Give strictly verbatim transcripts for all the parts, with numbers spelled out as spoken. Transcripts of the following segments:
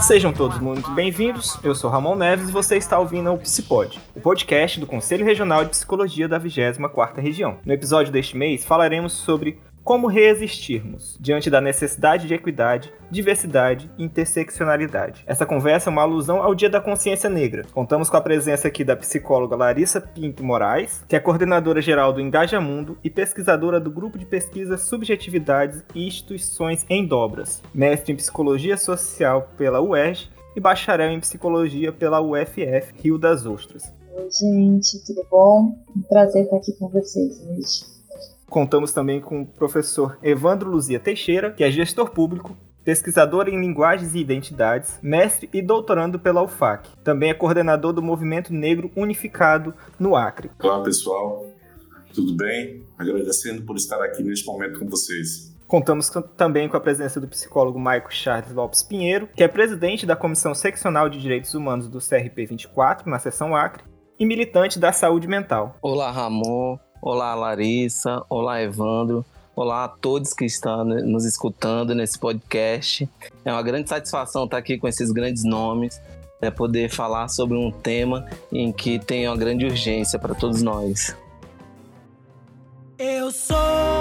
Sejam todos muito bem-vindos, eu sou Ramon Neves e você está ouvindo o Psipod, o podcast do Conselho Regional de Psicologia da vigésima quarta Região. No episódio deste mês falaremos sobre como resistirmos diante da necessidade de equidade, diversidade e interseccionalidade. Essa conversa é uma alusão ao Dia da Consciência Negra. Contamos com a presença aqui da psicóloga Larissa Pinto Moraes, que é coordenadora geral do Engajamundo e pesquisadora do Grupo de Pesquisa Subjetividades e Instituições em Dobras, mestre em Psicologia Social pela U E R J e bacharel em Psicologia pela U F F Rio das Ostras. Oi, gente, tudo bom? Um prazer estar aqui com vocês hoje. Contamos também com o professor Evandro Luzia Teixeira, que é gestor público, pesquisador em linguagens e identidades, mestre e doutorando pela U F A C. Também é coordenador do Movimento Negro Unificado no Acre. Olá, pessoal. Tudo bem? Agradecendo por estar aqui neste momento com vocês. Contamos também com a presença do psicólogo Maico Charles Lopes Pinheiro, que é presidente da Comissão Seccional de Direitos Humanos do C R P vinte e quatro, na seção Acre, e militante da saúde mental. Olá, Ramon. Olá, Larissa. Olá, Evandro. Olá a todos que estão nos escutando nesse podcast. É uma grande satisfação estar aqui com esses grandes nomes, é poder falar sobre um tema em que tem uma grande urgência para todos nós. Eu sou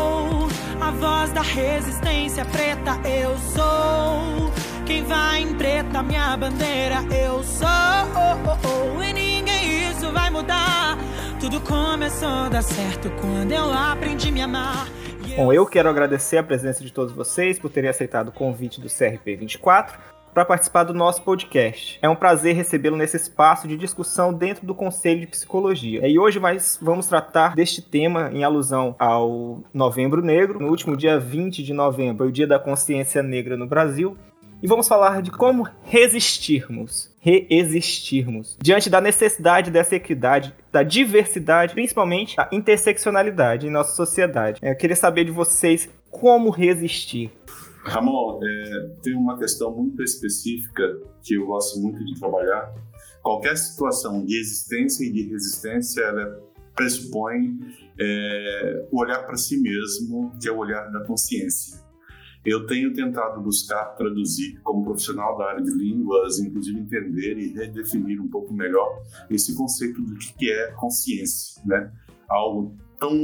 a voz da resistência preta. Eu sou quem vai em preta, minha bandeira. Eu sou, oh, oh, oh, e ninguém isso vai mudar. Tudo começou a dar certo quando eu aprendi a me amar. Bom, eu quero agradecer a presença de todos vocês por terem aceitado o convite do C R P vinte e quatro para participar do nosso podcast. É um prazer recebê-lo nesse espaço de discussão dentro do Conselho de Psicologia. E hoje nós vamos tratar deste tema em alusão ao Novembro Negro. No último dia vinte de novembro, foi o Dia da Consciência Negra no Brasil. E vamos falar de como resistirmos, reexistirmos, diante da necessidade dessa equidade, da diversidade, principalmente da interseccionalidade em nossa sociedade. Eu queria saber de vocês como resistir. Ramon, é, tem uma questão muito específica que eu gosto muito de trabalhar. Qualquer situação de existência e de resistência, ela pressupõe é, o olhar para si mesmo, que é o olhar da consciência. Eu tenho tentado buscar traduzir, como profissional da área de línguas, inclusive entender e redefinir um pouco melhor esse conceito do que é consciência, né? Algo tão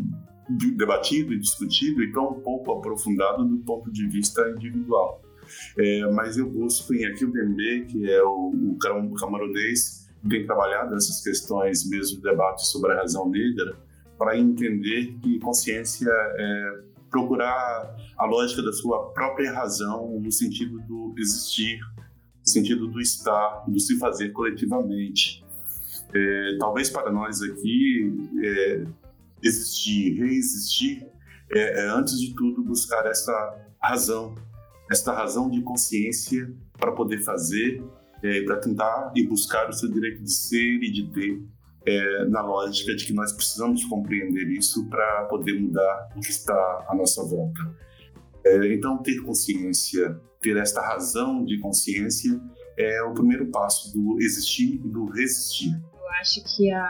debatido e discutido e tão pouco aprofundado do ponto de vista individual. É, mas eu busco em Akhil Bembe, que é o, o camaronês, que tem trabalhado essas questões mesmo, debate sobre a razão negra, para entender que consciência é procurar a lógica da sua própria razão no sentido do existir, no sentido do estar, do se fazer coletivamente. É, talvez para nós aqui, é, existir, reexistir, é, é, antes de tudo buscar essa razão, essa razão de consciência para poder fazer, é, para tentar e buscar o seu direito de ser e de ter, É, na lógica de que nós precisamos compreender isso para poder mudar o que está à nossa volta. É, então, ter consciência, ter esta razão de consciência é o primeiro passo do existir e do resistir. Eu acho que a,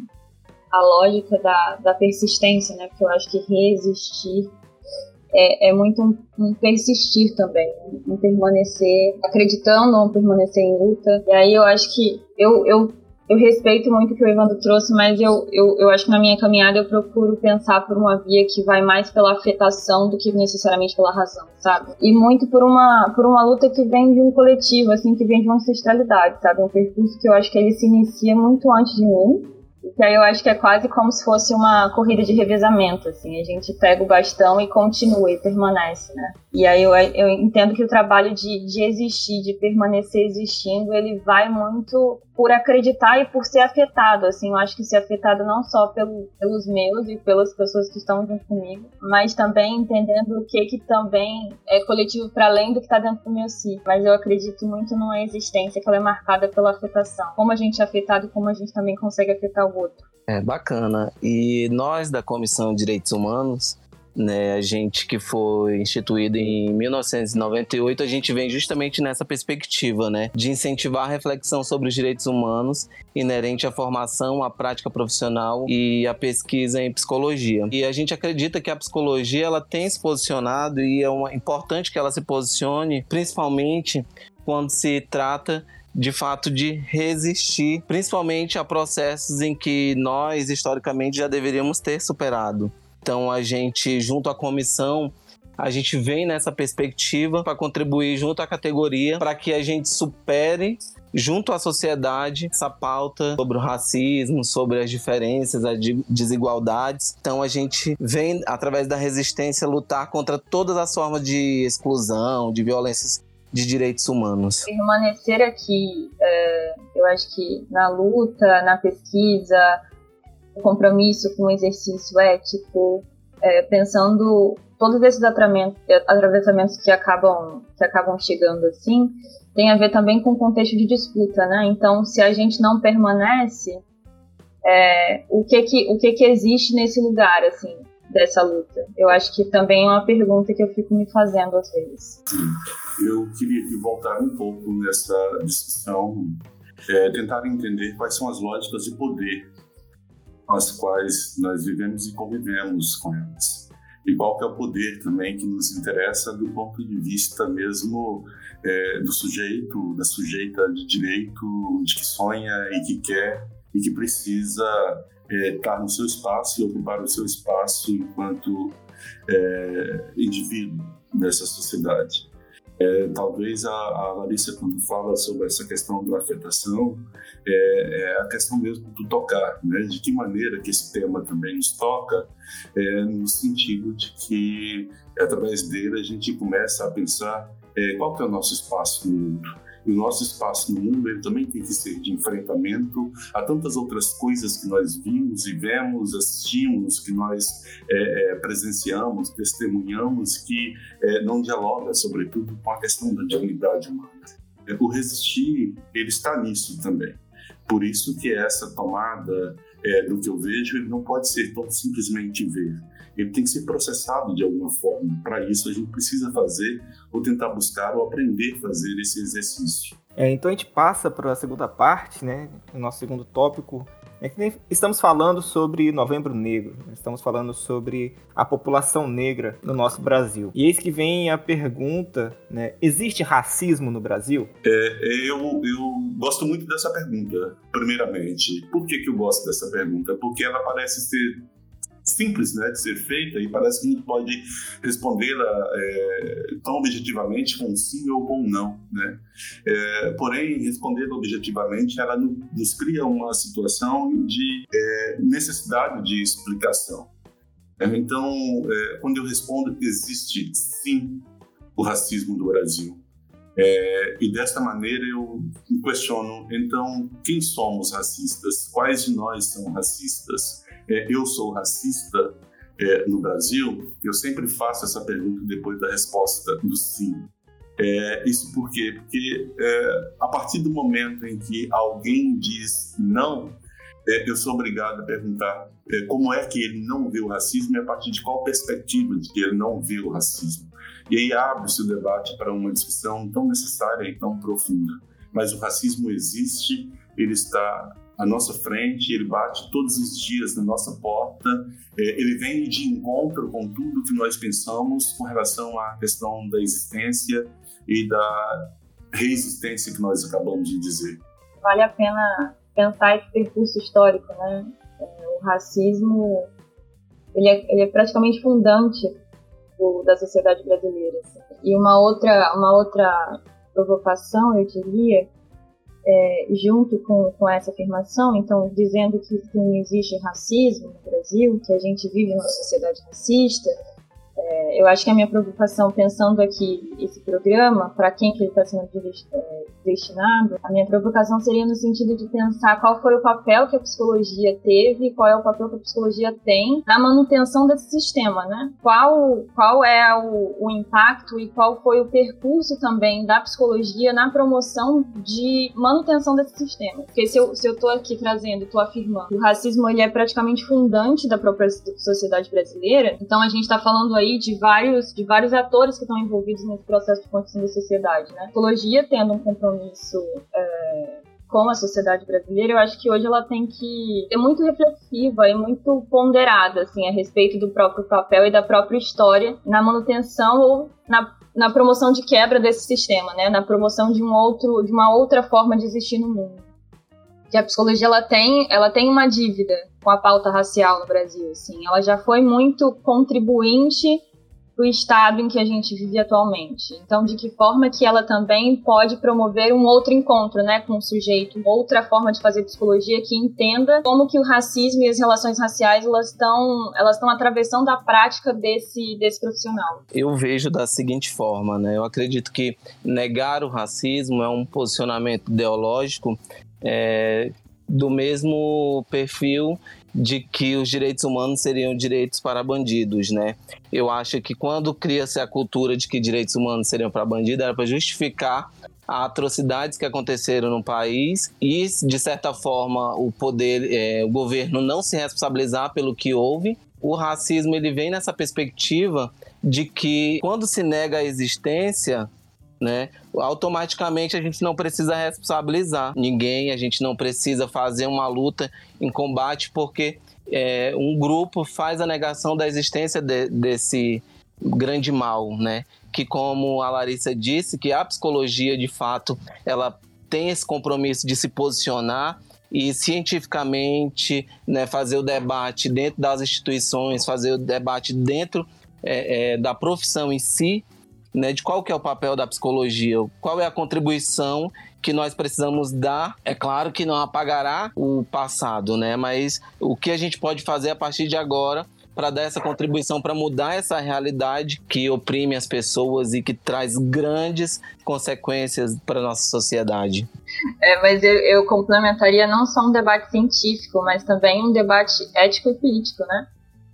a lógica da, da persistência, né? Porque eu acho que resistir é, é muito um, um persistir também, um permanecer acreditando, um permanecer em luta. E aí eu acho que eu... eu Eu respeito muito o que o Evandro trouxe, mas eu, eu, eu acho que na minha caminhada eu procuro pensar por uma via que vai mais pela afetação do que necessariamente pela razão, sabe? E muito por uma, por uma luta que vem de um coletivo, assim, que vem de uma ancestralidade, sabe? Um percurso que eu acho que ele se inicia muito antes de mim, e que aí eu acho que é quase como se fosse uma corrida de revezamento, assim. A gente pega o bastão e continua e permanece, né? E aí eu, eu entendo que o trabalho de, de existir, de permanecer existindo, ele vai muito por acreditar e por ser afetado, assim. Eu acho que ser afetado não só pelo, pelos meus e pelas pessoas que estão junto comigo, mas também entendendo o que que também é coletivo para além do que está dentro do meu si. Mas eu acredito muito numa existência que ela é marcada pela afetação. Como a gente é afetado e como a gente também consegue afetar o outro. É bacana. E nós da Comissão de Direitos Humanos, né? A gente que foi instituído em mil novecentos e noventa e oito, a gente vem justamente nessa perspectiva, né? De incentivar a reflexão sobre os direitos humanos inerente à formação, à prática profissional e à pesquisa em psicologia. E a gente acredita que a psicologia ela tem se posicionado e é uma, importante que ela se posicione, principalmente quando se trata de fato de resistir, principalmente a processos em que nós, historicamente, já deveríamos ter superado. Então, a gente, junto à comissão, a gente vem nessa perspectiva para contribuir junto à categoria para que a gente supere, junto à sociedade, essa pauta sobre o racismo, sobre as diferenças, as desigualdades. Então, a gente vem, através da resistência, lutar contra todas as formas de exclusão, de violências de direitos humanos. Permanecer aqui, é, eu acho que na luta, na pesquisa, o compromisso com o exercício ético, é, pensando todos esses atravessamentos que acabam, que acabam chegando assim, tem a ver também com o contexto de disputa, né? Então, se a gente não permanece, é, o, que que, o que que existe nesse lugar, assim, dessa luta? Eu acho que também é uma pergunta que eu fico me fazendo às vezes. Eu queria voltar um pouco nessa discussão, é, tentar entender quais são as lógicas de poder com as quais nós vivemos e convivemos com elas. E qual que é o poder também que nos interessa do ponto de vista mesmo é, do sujeito, da sujeita de direito, de que sonha e que quer e que precisa é, estar no seu espaço e ocupar o seu espaço enquanto é, indivíduo nessa sociedade. É, talvez a, a Larissa, quando fala sobre essa questão da afetação, é, é a questão mesmo do tocar, né? De que maneira que esse tema também nos toca, é, no sentido de que, através dele, a gente começa a pensar é, qual que é o nosso espaço no mundo. E o nosso espaço no mundo ele também tem que ser de enfrentamento a tantas outras coisas que nós vimos e vemos, assistimos, que nós é, é, presenciamos, testemunhamos, que é, não dialoga, sobretudo, com a questão da dignidade humana. É, o resistir, ele está nisso também. Por isso que essa tomada é, do que eu vejo, ele não pode ser tão simplesmente ver. Ele tem que ser processado de alguma forma. Para isso, a gente precisa fazer, ou tentar buscar, ou aprender a fazer esse exercício. É, então a gente passa para a segunda parte, né? O nosso segundo tópico. É que estamos falando sobre Novembro Negro, estamos falando sobre a população negra no nosso Brasil. E eis que vem a pergunta, né? Existe racismo no Brasil? É, eu, eu gosto muito dessa pergunta, primeiramente. Por que, que eu gosto dessa pergunta? Porque ela parece ser simples, né, de ser feita e parece que a gente pode respondê-la é, tão objetivamente com sim ou com não, né? É, porém, respondê-la objetivamente, ela nos cria uma situação de é, necessidade de explicação. É, então, é, quando eu respondo, existe sim o racismo no Brasil. É, e desta maneira eu me questiono, então, quem somos racistas? Quais de nós são racistas? É, eu sou racista é, no Brasil? Eu sempre faço essa pergunta depois da resposta do sim. É, isso por quê? Porque é, a partir do momento em que alguém diz não, é, eu sou obrigado a perguntar é, como é que ele não vê o racismo e a partir de qual perspectiva de que ele não vê o racismo. E aí abre-se o debate para uma discussão tão necessária e tão profunda. Mas o racismo existe, ele está à nossa frente, ele bate todos os dias na nossa porta, ele vem de encontro com tudo que nós pensamos com relação à questão da existência e da resistência que nós acabamos de dizer. Vale a pena pensar esse percurso histórico, né? O racismo, ele é, ele é praticamente fundante do, da sociedade brasileira. Assim. E uma outra, uma outra provocação, eu diria, É, junto com, com essa afirmação, então, dizendo que, que não existe racismo no Brasil, que a gente vive numa sociedade racista, É, eu acho que a minha preocupação, pensando aqui esse programa, para quem que ele está sendo é, destinado, a minha preocupação seria no sentido de pensar qual foi o papel que a psicologia teve, qual é o papel que a psicologia tem na manutenção desse sistema, né? Qual, qual é o, o impacto e qual foi o percurso também da psicologia na promoção de manutenção desse sistema. Porque se eu, se eu tô aqui trazendo, estou afirmando que o racismo ele é praticamente fundante da própria sociedade brasileira, então a gente está falando aí de vários, de vários atores que estão envolvidos nesse processo de construção da sociedade, né? A psicologia tendo um compromisso é, com a sociedade brasileira, eu acho que hoje ela tem que ser muito reflexiva e muito ponderada, assim, a respeito do próprio papel e da própria história na manutenção ou na, na promoção de quebra desse sistema, né? Na promoção de um outro, de uma outra forma de existir no mundo. Que a psicologia ela tem, ela tem uma dívida com a pauta racial no Brasil, assim. Ela já foi muito contribuinte para o estado em que a gente vive atualmente. Então, de que forma que ela também pode promover um outro encontro, né, com o sujeito, outra forma de fazer psicologia que entenda como que o racismo e as relações raciais elas estão elas estão atravessando a prática desse, desse profissional. Eu vejo da seguinte forma, né? Eu acredito que negar o racismo é um posicionamento ideológico É, do mesmo perfil de que os direitos humanos seriam direitos para bandidos, né? Eu acho que quando cria-se a cultura de que direitos humanos seriam para bandidos, era para justificar as atrocidades que aconteceram no país e, de certa forma, o poder, é, o governo não se responsabilizar pelo que houve. O racismo ele vem nessa perspectiva de que, quando se nega a existência, né, automaticamente a gente não precisa responsabilizar ninguém, a gente não precisa fazer uma luta em combate porque é, um grupo faz a negação da existência de, desse grande mal, né? Que, como a Larissa disse, que a psicologia de fato ela tem esse compromisso de se posicionar e cientificamente, né, fazer o debate dentro das instituições, fazer o debate dentro é, é, da profissão em si, né, de qual que é o papel da psicologia, qual é a contribuição que nós precisamos dar. É claro que não apagará o passado, né, mas o que a gente pode fazer a partir de agora para dar essa contribuição, para mudar essa realidade que oprime as pessoas e que traz grandes consequências para a nossa sociedade. É, mas eu, eu complementaria não só um debate científico, mas também um debate ético e político, né?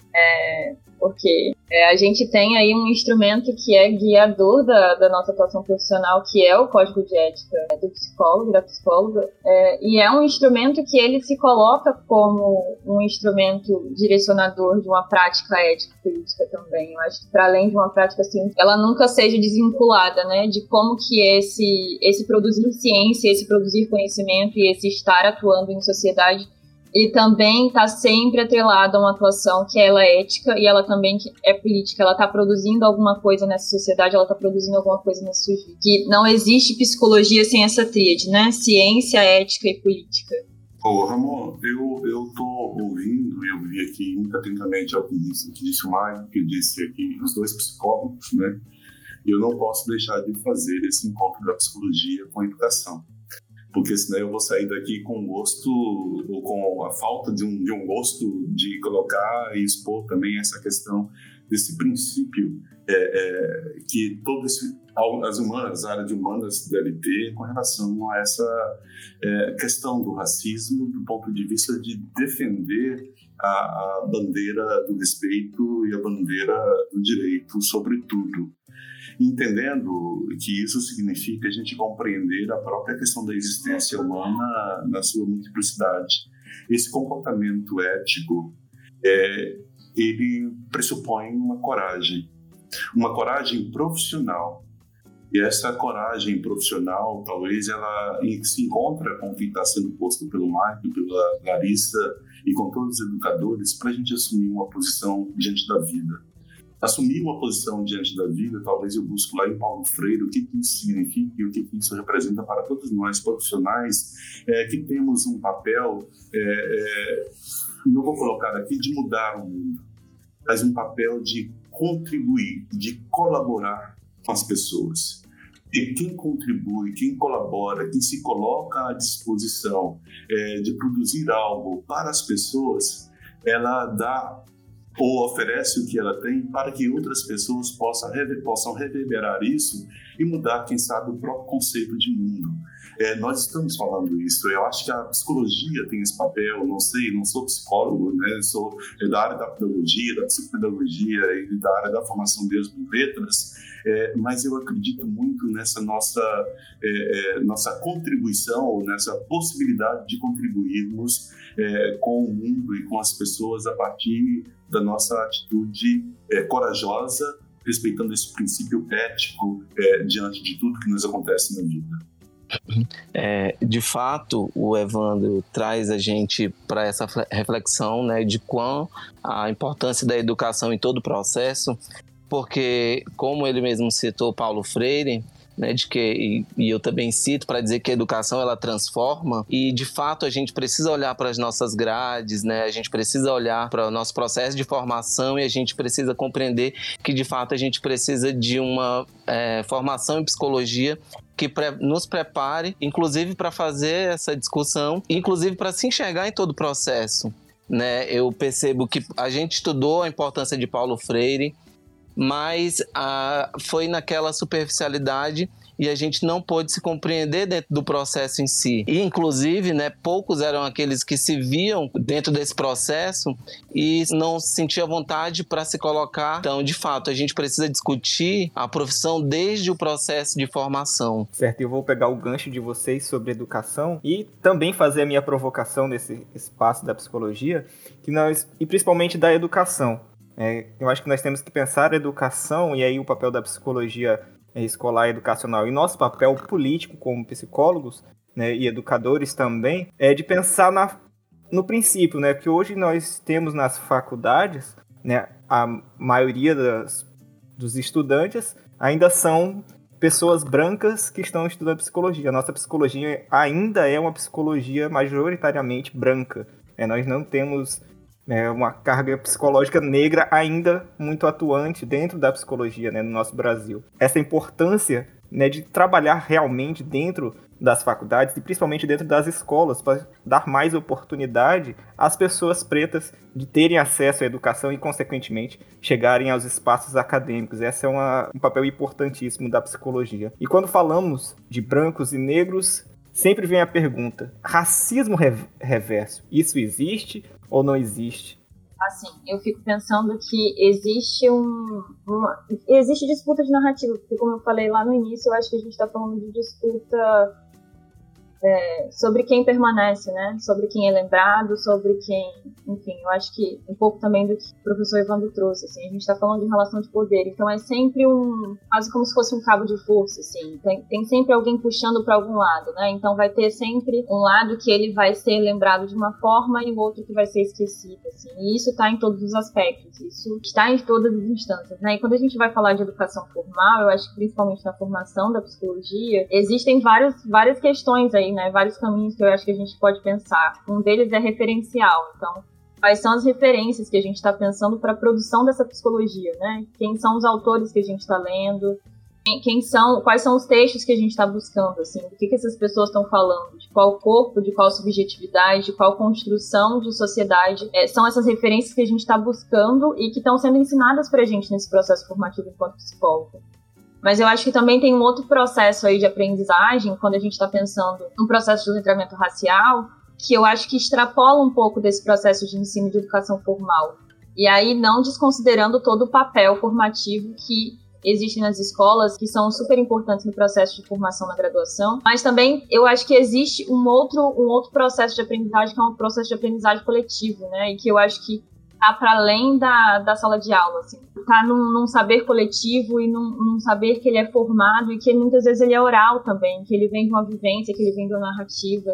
É, porque é, a gente tem aí um instrumento que é guiador da, da nossa atuação profissional, que é o Código de Ética do psicólogo, da psicóloga, é, e é um instrumento que ele se coloca como um instrumento direcionador de uma prática ética política também. Eu acho que, para além de uma prática assim, ela nunca seja desvinculada, né, de como que esse, esse produzir ciência, esse produzir conhecimento e esse estar atuando em sociedade, ele também está sempre atrelado a uma atuação que ela é ética e ela também é política. Ela está produzindo alguma coisa nessa sociedade, ela está produzindo alguma coisa nesse sujeito. Que não existe psicologia sem essa tríade, né? Ciência, ética e política. Ô, Ramon, eu estou ouvindo e eu vi aqui muito atentamente ao que disse, que disse o Mário, que disse aqui os dois psicólogos, né? E eu não posso deixar de fazer esse encontro da psicologia com a educação. Porque senão eu vou sair daqui com gosto, ou com a falta de um, de um gosto de colocar e expor também essa questão desse princípio é, é, que todas as humanas, a área de humanas deve ter com relação a essa é, questão do racismo, do ponto de vista de defender a, a bandeira do respeito e a bandeira do direito, sobretudo. Entendendo que isso significa a gente compreender a própria questão da existência humana na sua multiplicidade. Esse comportamento ético, é, ele pressupõe uma coragem, uma coragem profissional. E essa coragem profissional, talvez ela se encontra com o que está sendo posto pelo Marco, pela Larissa e com todos os educadores, para a gente assumir uma posição diante da vida. Assumir uma posição diante da vida, talvez eu busque lá em Paulo Freire o que, que isso significa e o que, que isso representa para todos nós profissionais é, que temos um papel, é, é, não vou colocar aqui de mudar o mundo, mas um papel de contribuir, de colaborar com as pessoas. E quem contribui, quem colabora, quem se coloca à disposição é, de produzir algo para as pessoas, ela dá ou oferece o que ela tem para que outras pessoas possam, possam reverberar isso e mudar, quem sabe, o próprio conceito de mundo. É, nós estamos falando isso. Eu acho que a psicologia tem esse papel, não sei, não sou psicólogo, né? Sou da área da pedagogia, da psicopedagogia e da área da formação mesmo em letras, é, mas eu acredito muito nessa nossa, é, é, nossa contribuição, nessa possibilidade de contribuirmos é, com o mundo e com as pessoas a partir da nossa atitude é, corajosa, respeitando esse princípio ético é, diante de tudo que nos acontece na vida. É, de fato, o Evandro traz a gente para essa reflexão, né, de quão a importância da educação em todo o processo, porque, como ele mesmo citou Paulo Freire, né, de que, e, e eu também cito para dizer que a educação ela transforma, e de fato a gente precisa olhar para as nossas grades, né, a gente precisa olhar para o nosso processo de formação e a gente precisa compreender que de fato a gente precisa de uma é, formação em psicologia que pre- nos prepare, inclusive para fazer essa discussão, inclusive para se enxergar em todo o processo, né? Eu percebo que a gente estudou a importância de Paulo Freire, mas ah, foi naquela superficialidade e a gente não pôde se compreender dentro do processo em si. E, inclusive, né, poucos eram aqueles que se viam dentro desse processo e não sentiam vontade para se colocar. Então, de fato, a gente precisa discutir a profissão desde o processo de formação. Certo, eu vou pegar o gancho de vocês sobre educação e também fazer a minha provocação nesse espaço da psicologia, que nós, e principalmente da educação. É, eu acho que nós temos que pensar a educação e aí o papel da psicologia escolar e educacional e nosso papel político como psicólogos, né, e educadores também, é de pensar na, no princípio, né, que hoje nós temos nas faculdades, né, a maioria das, dos estudantes ainda são pessoas brancas que estão estudando psicologia. A nossa psicologia ainda é uma psicologia majoritariamente branca. É, nós não temos É uma carga psicológica negra ainda muito atuante dentro da psicologia, né, no nosso Brasil. Essa importância, né, de trabalhar realmente dentro das faculdades e principalmente dentro das escolas para dar mais oportunidade às pessoas pretas de terem acesso à educação e, consequentemente, chegarem aos espaços acadêmicos. Esse é uma, um papel importantíssimo da psicologia. E quando falamos de brancos e negros, sempre vem a pergunta: racismo reverso, isso existe ou não existe? Assim, eu fico pensando que existe um, uma, existe disputa de narrativa, porque como eu falei lá no início, eu acho que a gente está falando de disputa é, sobre quem permanece, né? Sobre quem é lembrado, sobre quem... Enfim, eu acho que um pouco também do que o professor Evandro trouxe, assim, a gente está falando de relação de poder, então é sempre um... quase como se fosse um cabo de força, assim, tem, tem sempre alguém puxando para algum lado, né? Então vai ter sempre um lado que ele vai ser lembrado de uma forma e o outro que vai ser esquecido, assim, e isso está em todos os aspectos, isso está em todas as instâncias, né? E quando a gente vai falar de educação formal, eu acho que principalmente na formação da psicologia, existem várias, várias questões aí, né, vários caminhos que eu acho que a gente pode pensar. Um deles é referencial. Então, quais são as referências que a gente está pensando para a produção dessa psicologia, né? Quem são os autores que a gente está lendo? Quem, quem são, quais são os textos que a gente está buscando? Assim, do que, que essas pessoas estão falando? De qual corpo, de qual subjetividade, de qual construção de sociedade? É, são essas referências que a gente está buscando e que estão sendo ensinadas para a gente nesse processo formativo enquanto psicólogo. Mas eu acho que também tem um outro processo aí de aprendizagem, quando a gente está pensando num processo de letramento racial, que eu acho que extrapola um pouco desse processo de ensino de educação formal. E aí não desconsiderando todo o papel formativo que existe nas escolas, que são super importantes no processo de formação na graduação. Mas também eu acho que existe um outro, um outro processo de aprendizagem, que é um processo de aprendizagem coletivo, né? E que eu acho que tá para além da, da sala de aula, assim. Tá num, num saber coletivo e num, num saber que ele é formado e que muitas vezes ele é oral também, que ele vem de uma vivência, que ele vem de uma narrativa.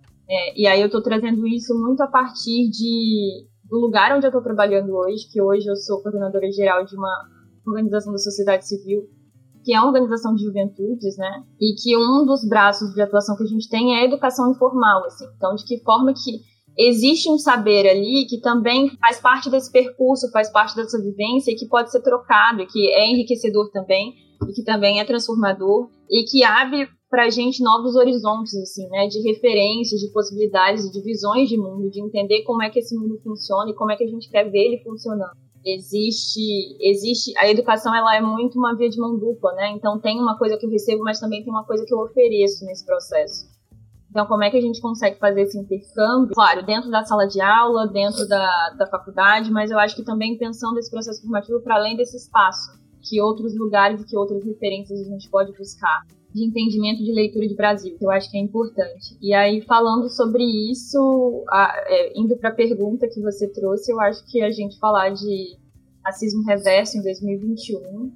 É, e aí eu tô trazendo isso muito a partir de, do lugar onde eu tô trabalhando hoje, que hoje eu sou coordenadora geral de uma organização da sociedade civil, que é uma organização de juventudes, né? E que um dos braços de atuação que a gente tem é a educação informal, assim. Então, de que forma que existe um saber ali que também faz parte desse percurso, faz parte dessa vivência e que pode ser trocado, e que é enriquecedor também, e que também é transformador, e que abre pra gente novos horizontes, assim, né, de referências, de possibilidades, de visões de mundo, de entender como é que esse mundo funciona e como é que a gente quer ver ele funcionando. existe, existe, a educação ela é muito uma via de mão dupla, né? Então tem uma coisa que eu recebo, mas também tem uma coisa que eu ofereço nesse processo. Então como é que a gente consegue fazer esse intercâmbio? Claro, dentro da sala de aula, dentro da, da faculdade, mas eu acho que também pensando esse processo formativo para além desse espaço, que outros lugares e que outras referências a gente pode buscar de entendimento de leitura de Brasil, que eu acho que é importante. E aí, falando sobre isso, a, é, indo para a pergunta que você trouxe, eu acho que a gente falar de racismo reverso em dois mil e vinte e um,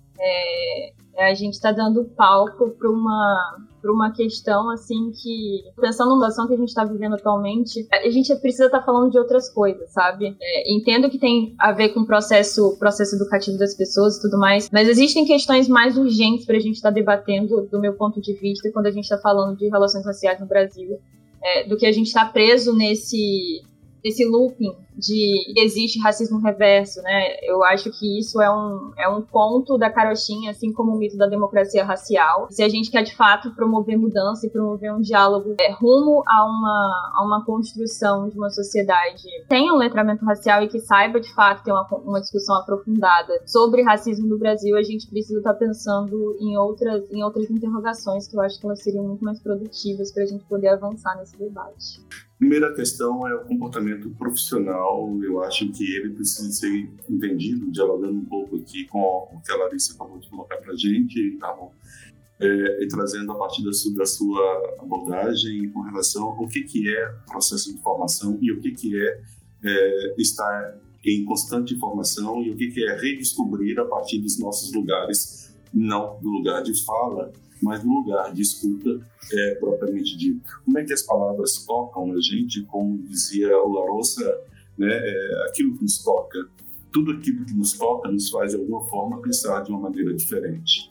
é, a gente está dando palco para uma, para uma questão, assim, que, pensando na situação que a gente está vivendo atualmente, a gente precisa estar tá falando de outras coisas, sabe? É, entendo que tem a ver com o processo, processo educativo das pessoas e tudo mais, mas existem questões mais urgentes para a gente estar tá debatendo, do meu ponto de vista, quando a gente está falando de relações raciais no Brasil, é, do que a gente está preso nesse... esse looping de que existe racismo reverso, né? Eu acho que isso é um, é um ponto da carochinha, assim como o mito da democracia racial. Se a gente quer, de fato, promover mudança e promover um diálogo é, rumo a uma, a uma construção de uma sociedade que tenha um letramento racial e que saiba, de fato, ter uma, uma discussão aprofundada sobre racismo no Brasil, a gente precisa estar pensando em outras, em outras interrogações que eu acho que elas seriam muito mais produtivas para a gente poder avançar nesse debate. Primeira questão é o comportamento profissional. Eu acho que ele precisa ser entendido, dialogando um pouco aqui com o que a Larissa acabou de colocar para a gente, tá bom? É, e trazendo a partir da sua, da sua abordagem com relação ao que, que é processo de formação e o que, que é, é estar em constante formação e o que, que é redescobrir a partir dos nossos lugares, não do lugar de fala, mas no lugar de escuta é, propriamente dito. Como é que as palavras tocam na gente? Como dizia o Larossa, né, é, aquilo que nos toca, tudo aquilo que nos toca nos faz de alguma forma pensar de uma maneira diferente.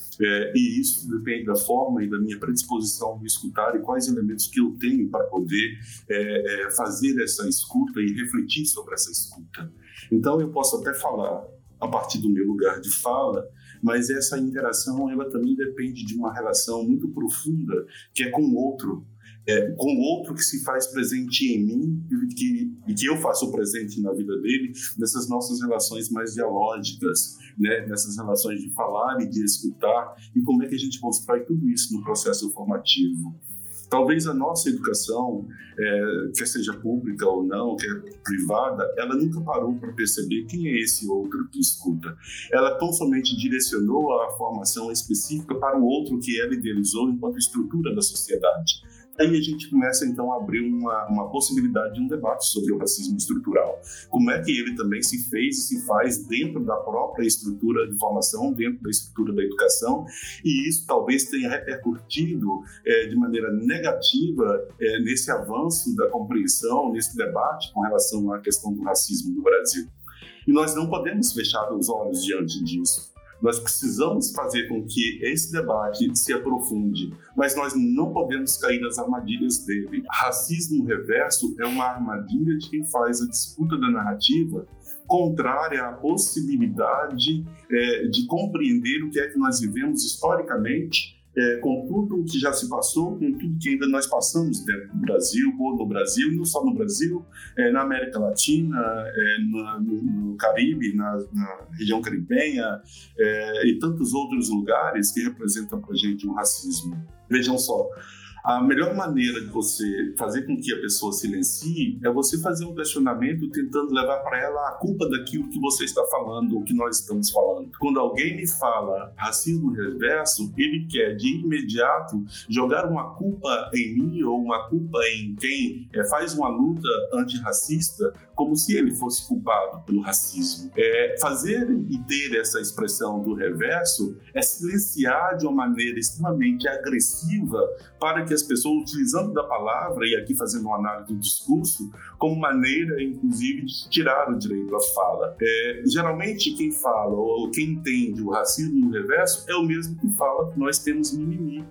É, e isso depende da forma e da minha predisposição de escutar e quais elementos que eu tenho para poder é, é, fazer essa escuta e refletir sobre essa escuta. Então eu posso até falar a partir do meu lugar de fala, mas essa interação ela também depende de uma relação muito profunda que é com o outro, é, com o outro que se faz presente em mim e que, e que eu faço presente na vida dele, nessas nossas relações mais dialógicas, né? Nessas relações de falar e de escutar, e como é que a gente constrói tudo isso no processo formativo. Talvez a nossa educação, é, quer seja pública ou não, quer privada, ela nunca parou para perceber quem é esse outro que escuta. Ela tão somente direcionou a formação específica para o outro que ela idealizou enquanto estrutura da sociedade. Aí a gente começa, então, a abrir uma, uma possibilidade de um debate sobre o racismo estrutural. Como é que ele também se fez e se faz dentro da própria estrutura de formação, dentro da estrutura da educação, e isso talvez tenha repercutido é, de maneira negativa é, nesse avanço da compreensão, nesse debate com relação à questão do racismo no Brasil. E nós não podemos fechar os olhos diante disso. Nós precisamos fazer com que esse debate se aprofunde, mas nós não podemos cair nas armadilhas dele. Racismo reverso é uma armadilha de quem faz a disputa da narrativa contrária à possibilidade é, de compreender o que é que nós vivemos historicamente, É, com tudo o que já se passou, com tudo que ainda nós passamos dentro do Brasil, ou no Brasil, e não só no Brasil, é, na América Latina, é, no, no Caribe, na, na região caribenha, é, e tantos outros lugares que representam para a gente o racismo. Vejam só, a melhor maneira de você fazer com que a pessoa silencie é você fazer um questionamento tentando levar para ela a culpa daquilo que você está falando, ou que nós estamos falando. Quando alguém me fala racismo reverso, ele quer de imediato jogar uma culpa em mim ou uma culpa em quem é, faz uma luta antirracista como se ele fosse culpado pelo racismo. É, fazer e ter essa expressão do reverso é silenciar de uma maneira extremamente agressiva para que as pessoas, utilizando da palavra, e aqui fazendo uma análise do discurso, como maneira, inclusive, de tirar o direito à fala. É, geralmente, quem fala ou quem entende o racismo no reverso é o mesmo que fala que nós temos mimimi.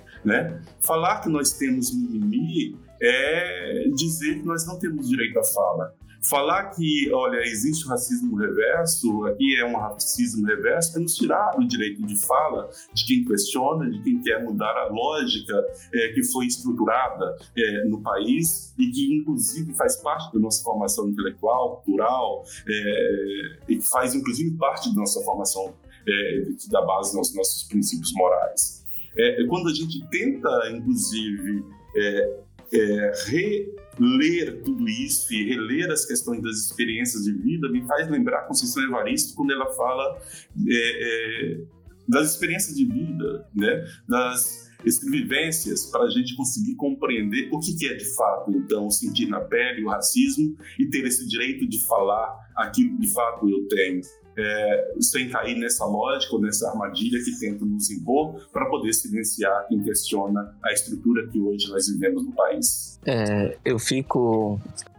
Né? Falar que nós temos mimimi é dizer que nós não temos direito à fala. Falar que, olha, existe o racismo reverso, aqui é um racismo reverso, é nos tirar o direito de fala de quem questiona, de quem quer mudar a lógica é, que foi estruturada é, no país e que, inclusive, faz parte da nossa formação intelectual, cultural, é, e que faz, inclusive, parte da nossa formação é, que dá base aos nossos princípios morais. É, quando a gente tenta, inclusive, é, é, reler tudo isso e reler as questões das experiências de vida, me faz lembrar a Conceição Evaristo quando ela fala é, é, das experiências de vida, né? Das vivências, para a gente conseguir compreender o que é de fato, então, sentir na pele o racismo e ter esse direito de falar aquilo que de fato eu tenho. É, sem cair nessa lógica ou nessa armadilha que tenta nos impor para poder silenciar quem questiona a estrutura que hoje nós vivemos no país. É, eu fico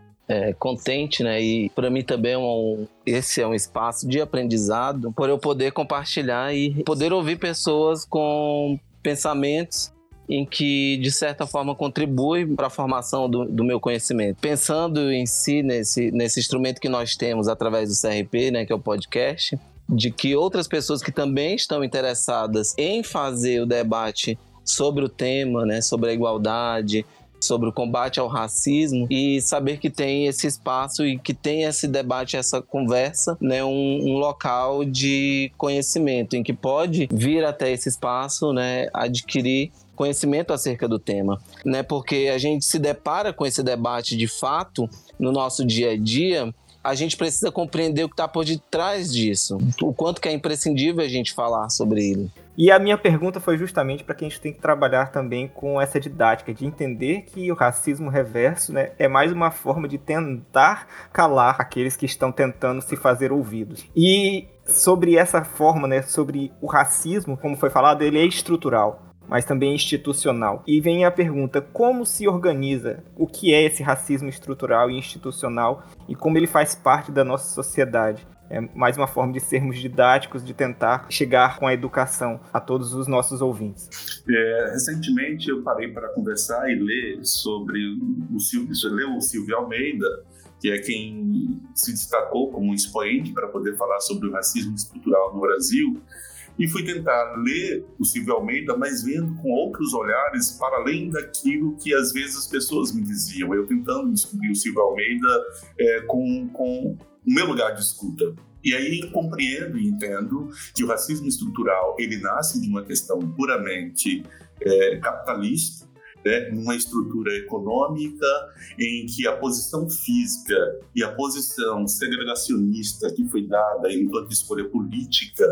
é, contente, né? E para mim também é um, esse é um espaço de aprendizado por eu poder compartilhar e poder ouvir pessoas com pensamentos em que, de certa forma, contribui para a formação do, do meu conhecimento. Pensando em si, nesse, nesse instrumento que nós temos através do C R P, né, que é o podcast, de que outras pessoas que também estão interessadas em fazer o debate sobre o tema, né, sobre a igualdade, sobre o combate ao racismo, e saber que tem esse espaço e que tem esse debate, essa conversa, né, um, um local de conhecimento em que pode vir até esse espaço, né, adquirir conhecimento acerca do tema, né? Porque a gente se depara com esse debate de fato no nosso dia a dia, a gente precisa compreender o que está por detrás disso, o quanto que é imprescindível a gente falar sobre ele. E a minha pergunta foi justamente para que a gente tem que trabalhar também com essa didática, de entender que o racismo reverso, né, é mais uma forma de tentar calar aqueles que estão tentando se fazer ouvidos. E sobre essa forma, né, sobre o racismo, como foi falado, ele é estrutural, mas também institucional. E vem a pergunta, como se organiza, o que é esse racismo estrutural e institucional e como ele faz parte da nossa sociedade? É mais uma forma de sermos didáticos, de tentar chegar com a educação a todos os nossos ouvintes. É, recentemente eu parei para conversar e ler sobre o Silvio, você leu o Silvio Almeida, que é quem se destacou como um expoente para poder falar sobre o racismo estrutural no Brasil. E fui tentar ler o Silvio Almeida, mas vendo com outros olhares para além daquilo que às vezes as pessoas me diziam. Eu tentando descobrir o Silvio Almeida é, com, com o meu lugar de escuta. E aí compreendo e entendo que o racismo estrutural ele nasce de uma questão puramente é, capitalista, né, numa estrutura econômica em que a posição física e a posição segregacionista que foi dada enquanto escolha política,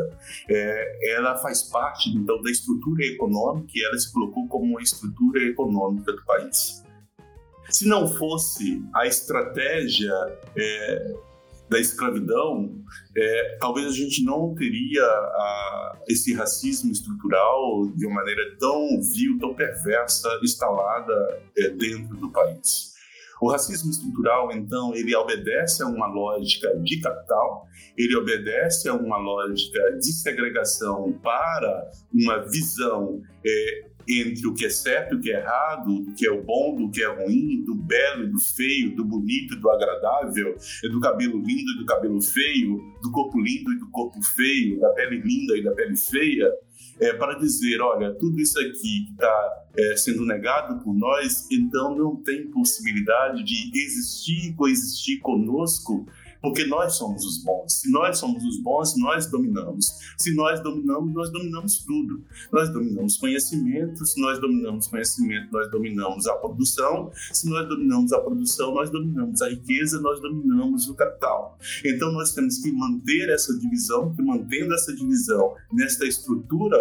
é, ela faz parte então da estrutura econômica e ela se colocou como uma estrutura econômica do país. Se não fosse a estratégia é, da escravidão, é, talvez a gente não teria a, esse racismo estrutural de uma maneira tão vil, tão perversa, instalada é, dentro do país. O racismo estrutural, então, ele obedece a uma lógica de capital, ele obedece a uma lógica de segregação para uma visão é, entre o que é certo e o que é errado, do que é o bom, do que é ruim, do belo e do feio, do bonito e do agradável, do cabelo lindo e do cabelo feio, do corpo lindo e do corpo feio, da pele linda e da pele feia, é, para dizer, olha, tudo isso aqui que está é, sendo negado por nós, então não tem possibilidade de existir e coexistir conosco, porque nós somos os bons. Se nós somos os bons, nós dominamos. Se nós dominamos, nós dominamos tudo. Nós dominamos conhecimento, se nós dominamos conhecimento, nós dominamos a produção. Se nós dominamos a produção, nós dominamos a riqueza, nós dominamos o capital. Então nós temos que manter essa divisão, porque mantendo essa divisão nesta estrutura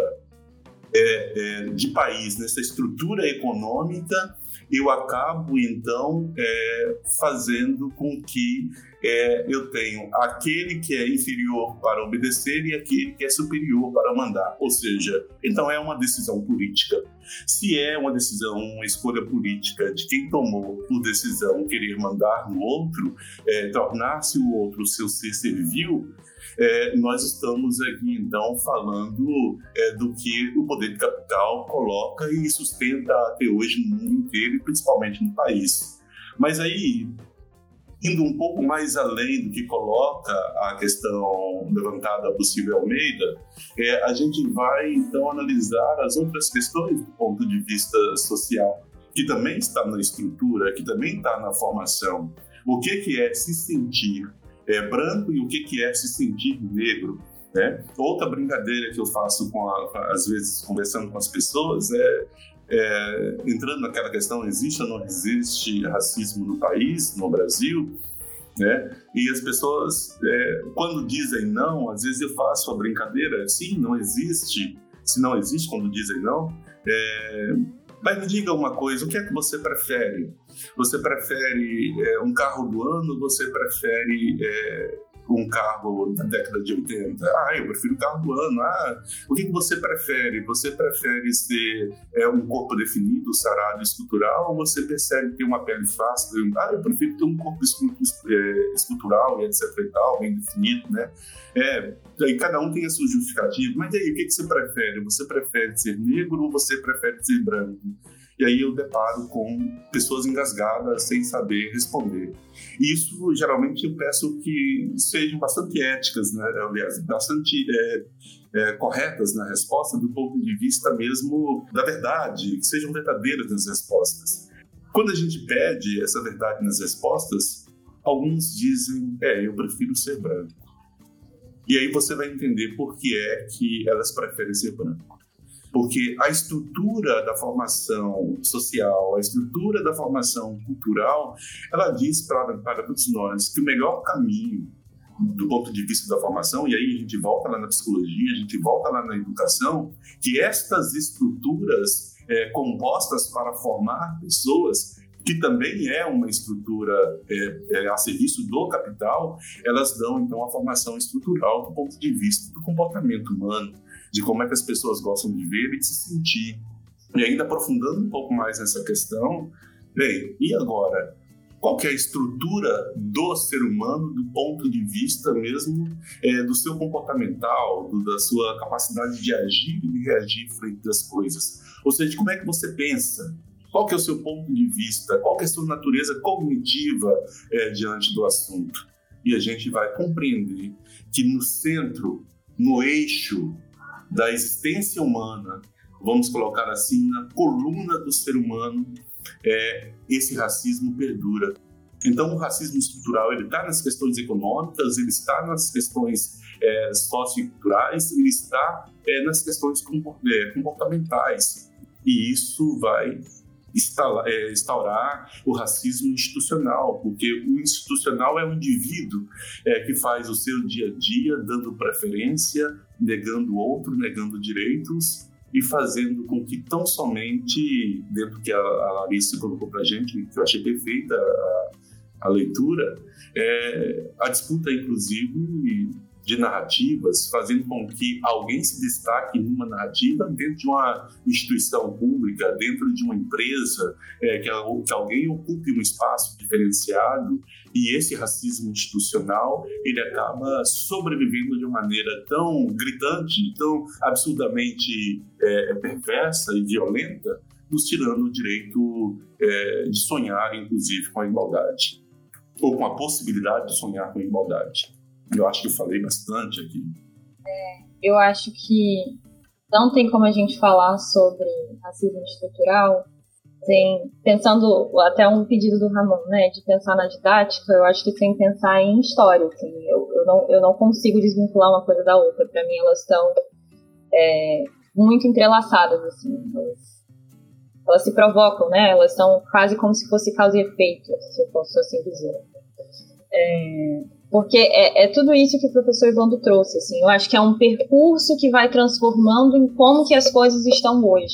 é, é, de país, nessa estrutura econômica, eu acabo, então, é, fazendo com que é, eu tenho aquele que é inferior para obedecer e aquele que é superior para mandar. Ou seja, então é uma decisão política. Se é uma decisão, uma escolha política de quem tomou por decisão querer mandar no outro, é, tornar-se o outro seu ser servil, É, nós estamos aqui, então, falando é, do que o poder de capital coloca e sustenta até hoje no mundo inteiro e principalmente no país. Mas aí, indo um pouco mais além do que coloca a questão levantada por Silvia Almeida, é, a gente vai, então, analisar as outras questões do ponto de vista social, que também está na estrutura, que também está na formação. O que, que é se sentir é, branco e o que, que é se sentir negro, né? Outra brincadeira que eu faço, com a, às vezes, conversando com as pessoas, é, é entrando naquela questão, existe ou não existe racismo no país, no Brasil, né? E as pessoas, é, quando dizem não, às vezes eu faço a brincadeira, sim, não existe. Se não existe, quando dizem não, é, mas me diga uma coisa, o que é que você prefere? Você prefere é, um carro do ano? Você prefere é, um carro da década de oitenta? Ah, eu prefiro o carro do ano. Ah, o que, que você prefere? Você prefere ser é, um corpo definido, sarado, escultural? Ou você prefere ter uma pele fácil? Ah, eu prefiro ter um corpo escultural e etc e tal, bem definido, né? É, aí cada um tem a sua justificativa. Mas aí, o que, que você prefere? Você prefere ser negro ou você prefere ser branco? E aí eu deparo com pessoas engasgadas sem saber responder. E isso, geralmente, eu peço que sejam bastante éticas, né? Aliás, bastante é, é, corretas na resposta do ponto de vista mesmo da verdade, que sejam verdadeiras nas respostas. Quando a gente pede essa verdade nas respostas, alguns dizem, é, eu prefiro ser branco. E aí você vai entender por que é que elas preferem ser branco. Porque a estrutura da formação social, a estrutura da formação cultural, ela diz para, para todos nós que o melhor caminho do ponto de vista da formação, e aí a gente volta lá na psicologia, a gente volta lá na educação, que estas estruturas é, compostas para formar pessoas, que também é uma estrutura é, é, a serviço do capital, elas dão então a formação estrutural do ponto de vista do comportamento humano, de como é que as pessoas gostam de ver e de se sentir. E ainda aprofundando um pouco mais nessa questão, bem, e agora? Qual que é a estrutura do ser humano do ponto de vista mesmo é, do seu comportamental, do, da sua capacidade de agir e de reagir frente às coisas? Ou seja, como é que você pensa? Qual que é o seu ponto de vista? Qual que é a sua natureza cognitiva é, diante do assunto? E a gente vai compreender que no centro, no eixo da existência humana, vamos colocar assim, na coluna do ser humano, é, esse racismo perdura. Então, o racismo estrutural ele está nas questões econômicas, ele está nas questões é, socioculturais, ele está é, nas questões comportamentais. E isso vai instaurar o racismo institucional, porque o institucional é um indivíduo é, que faz o seu dia a dia dando preferência, negando o outro, negando direitos e fazendo com que tão somente, dentro do que a, a Larissa colocou para a gente, que eu achei perfeita a, a leitura, é, a disputa, inclusive, de narrativas, fazendo com que alguém se destaque numa narrativa dentro de uma instituição pública, dentro de uma empresa, é, que, que alguém ocupe um espaço diferenciado, e esse racismo institucional ele acaba sobrevivendo de uma maneira tão gritante, tão absurdamente é, perversa e violenta, nos tirando o direito é, de sonhar, inclusive, com a igualdade, ou com a possibilidade de sonhar com a igualdade. Eu acho que eu falei bastante aqui. É, eu acho que não tem como a gente falar sobre racismo estrutural sem, pensando, até um pedido do Ramon, né, de pensar na didática, eu acho que sem pensar em história. Assim, eu, eu, não, eu não consigo desvincular uma coisa da outra. Para mim, elas estão é, muito entrelaçadas. Assim, elas, elas se provocam, né? Elas são quase como se fosse causa e efeito, se eu posso assim dizer. É, porque é, é tudo isso que o professor Evandro trouxe, assim, eu acho que é um percurso que vai transformando em como que as coisas estão hoje,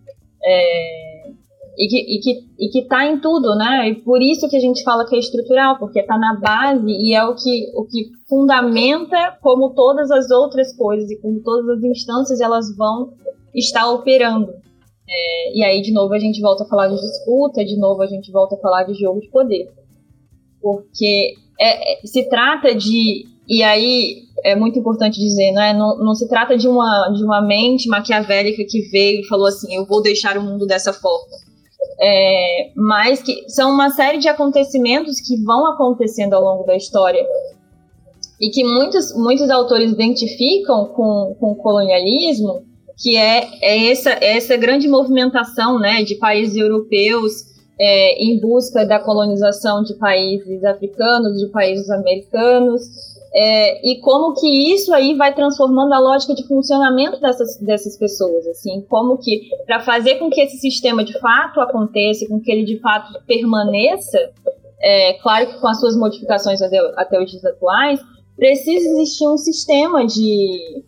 é, e que e que e que está em tudo, né? E por isso que a gente fala que é estrutural, porque está na base e é o que o que fundamenta como todas as outras coisas e como todas as instâncias elas vão estar operando. É, e aí de novo a gente volta a falar de disputa, de novo a gente volta a falar de jogo de poder. Porque é, é, se trata de, e aí é muito importante dizer, né, não, não se trata de uma, de uma mente maquiavélica que veio e falou assim, eu vou deixar o mundo dessa forma. é, mas que são uma série de acontecimentos que vão acontecendo ao longo da história e que muitos, muitos autores identificam com, com o colonialismo, que é, é essa, essa grande movimentação, né, de países europeus é, em busca da colonização de países africanos, de países americanos, é, e como que isso aí vai transformando a lógica de funcionamento dessas, dessas pessoas, assim, como que, para fazer com que esse sistema de fato aconteça, com que ele de fato permaneça, é, claro que com as suas modificações até, até os dias atuais, precisa existir um sistema de,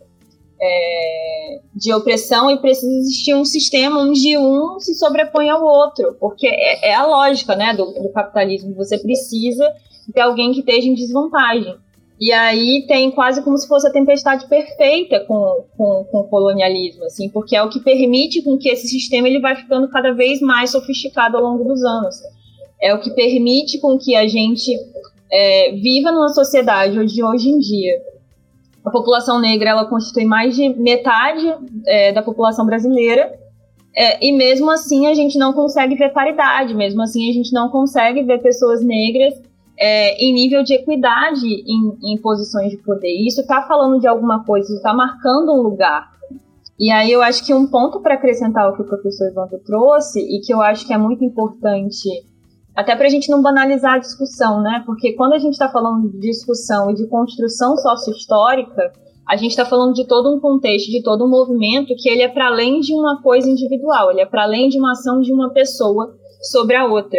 é, de opressão e precisa existir um sistema onde um se sobrepõe ao outro, porque é, é a lógica, né, do, do capitalismo. Você precisa ter alguém que esteja em desvantagem. E aí tem quase como se fosse a tempestade perfeita com, com, com o colonialismo, assim, porque é o que permite com que esse sistema ele vai ficando cada vez mais sofisticado ao longo dos anos. É o que permite com que a gente é, viva numa sociedade onde hoje em dia a população negra ela constitui mais de metade é, da população brasileira, é, e mesmo assim a gente não consegue ver paridade, mesmo assim a gente não consegue ver pessoas negras É, em nível de equidade em, em posições de poder. E isso está falando de alguma coisa, isso está marcando um lugar. E aí eu acho que um ponto para acrescentar o que o professor Evandro trouxe, e que eu acho que é muito importante, até para a gente não banalizar a discussão, né? Porque quando a gente está falando de discussão e de construção sócio-histórica, a gente está falando de todo um contexto, de todo um movimento que ele é para além de uma coisa individual, ele é para além de uma ação de uma pessoa sobre a outra.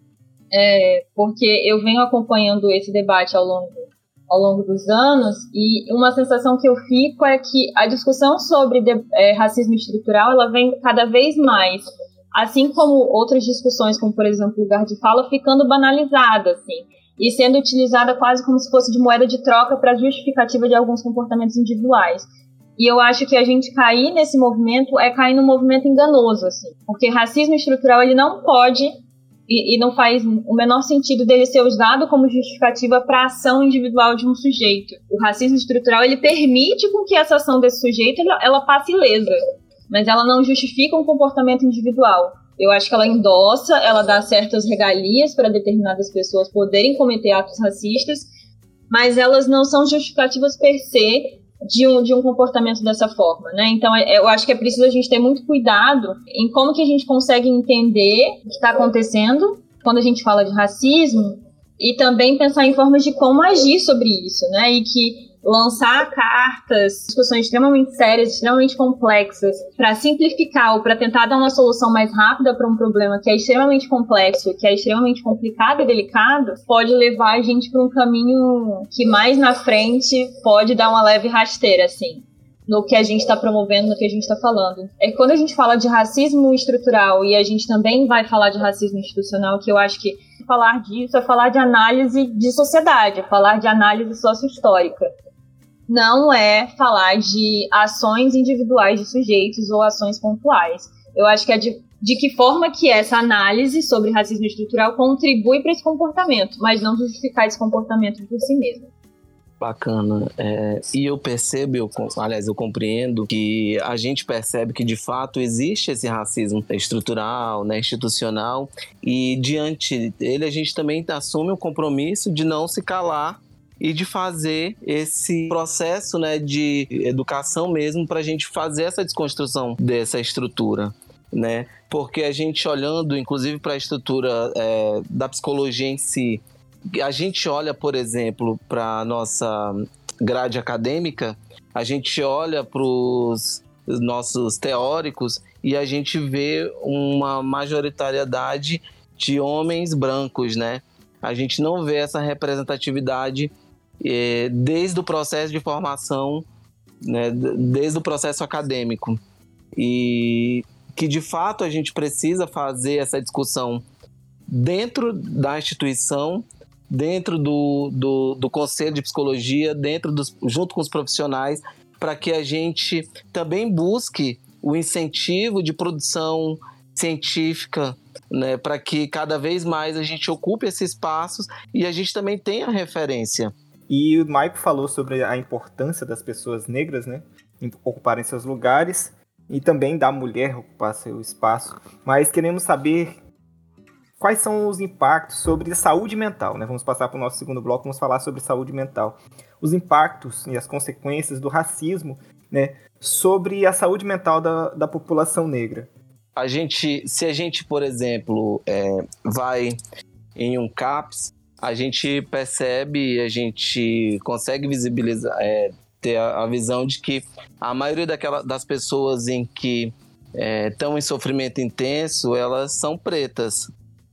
É, porque eu venho acompanhando esse debate ao longo, ao longo dos anos, e uma sensação que eu fico é que a discussão sobre de, é, racismo estrutural ela vem cada vez mais, assim como outras discussões, como por exemplo o lugar de fala, ficando banalizada, assim, e sendo utilizada quase como se fosse de moeda de troca para justificativa de alguns comportamentos individuais. E eu acho que a gente cair nesse movimento é cair num movimento enganoso, assim, porque racismo estrutural ele não pode E, e não faz o menor sentido dele ser usado como justificativa para a ação individual de um sujeito. O racismo estrutural, ele permite com que essa ação desse sujeito, ela, ela passe ilesa, mas ela não justifica um comportamento individual. Eu acho que ela endossa, ela dá certas regalias para determinadas pessoas poderem cometer atos racistas, mas elas não são justificativas per se de um, de um comportamento dessa forma, né? Então, eu acho que é preciso a gente ter muito cuidado em como que a gente consegue entender o que está acontecendo quando a gente fala de racismo e também pensar em formas de como agir sobre isso, né? E que lançar cartas, discussões extremamente sérias, extremamente complexas, para simplificar ou para tentar dar uma solução mais rápida para um problema que é extremamente complexo, que é extremamente complicado e delicado, pode levar a gente para um caminho que mais na frente pode dar uma leve rasteira, assim, no que a gente está promovendo, no que a gente está falando. É que quando a gente fala de racismo estrutural e a gente também vai falar de racismo institucional, que eu acho que falar disso é falar de análise de sociedade, é falar de análise sócio-histórica. Não é falar de ações individuais de sujeitos ou ações pontuais. Eu acho que é de, de que forma que essa análise sobre racismo estrutural contribui para esse comportamento, mas não justificar esse comportamento por si mesmo. Bacana. É, e eu percebo, eu, aliás, eu compreendo que a gente percebe que de fato existe esse racismo estrutural, né, institucional, e diante dele a gente também assume o compromisso de não se calar e de fazer esse processo, né, de educação mesmo para a gente fazer essa desconstrução dessa estrutura, né? Porque a gente olhando, inclusive, para a estrutura é, da psicologia em si, a gente olha, por exemplo, para a nossa grade acadêmica, a gente olha para os nossos teóricos e a gente vê uma majoritariedade de homens brancos, né? A gente não vê essa representatividade É, desde o processo de formação, né, desde o processo acadêmico, e que de fato a gente precisa fazer essa discussão dentro da instituição, dentro do, do, do Conselho de Psicologia, dentro dos, junto com os profissionais, para que a gente também busque o incentivo de produção científica, né, para que cada vez mais a gente ocupe esses espaços e a gente também tenha referência. E o Maico falou sobre a importância das pessoas negras, né, em ocuparem seus lugares. e também da mulher ocupar seu espaço, mas queremos saber quais são os impactos sobre a saúde mental, né? Vamos passar para o nosso segundo bloco, vamos falar sobre saúde mental. Os impactos e as consequências do racismo, né, sobre a saúde mental da, da população negra. A gente, se a gente, por exemplo, é, vai em um CAPS, a gente percebe, a gente consegue visibilizar, é, ter a, a visão de que a maioria daquela, das pessoas em que estão é, em sofrimento intenso, elas são pretas.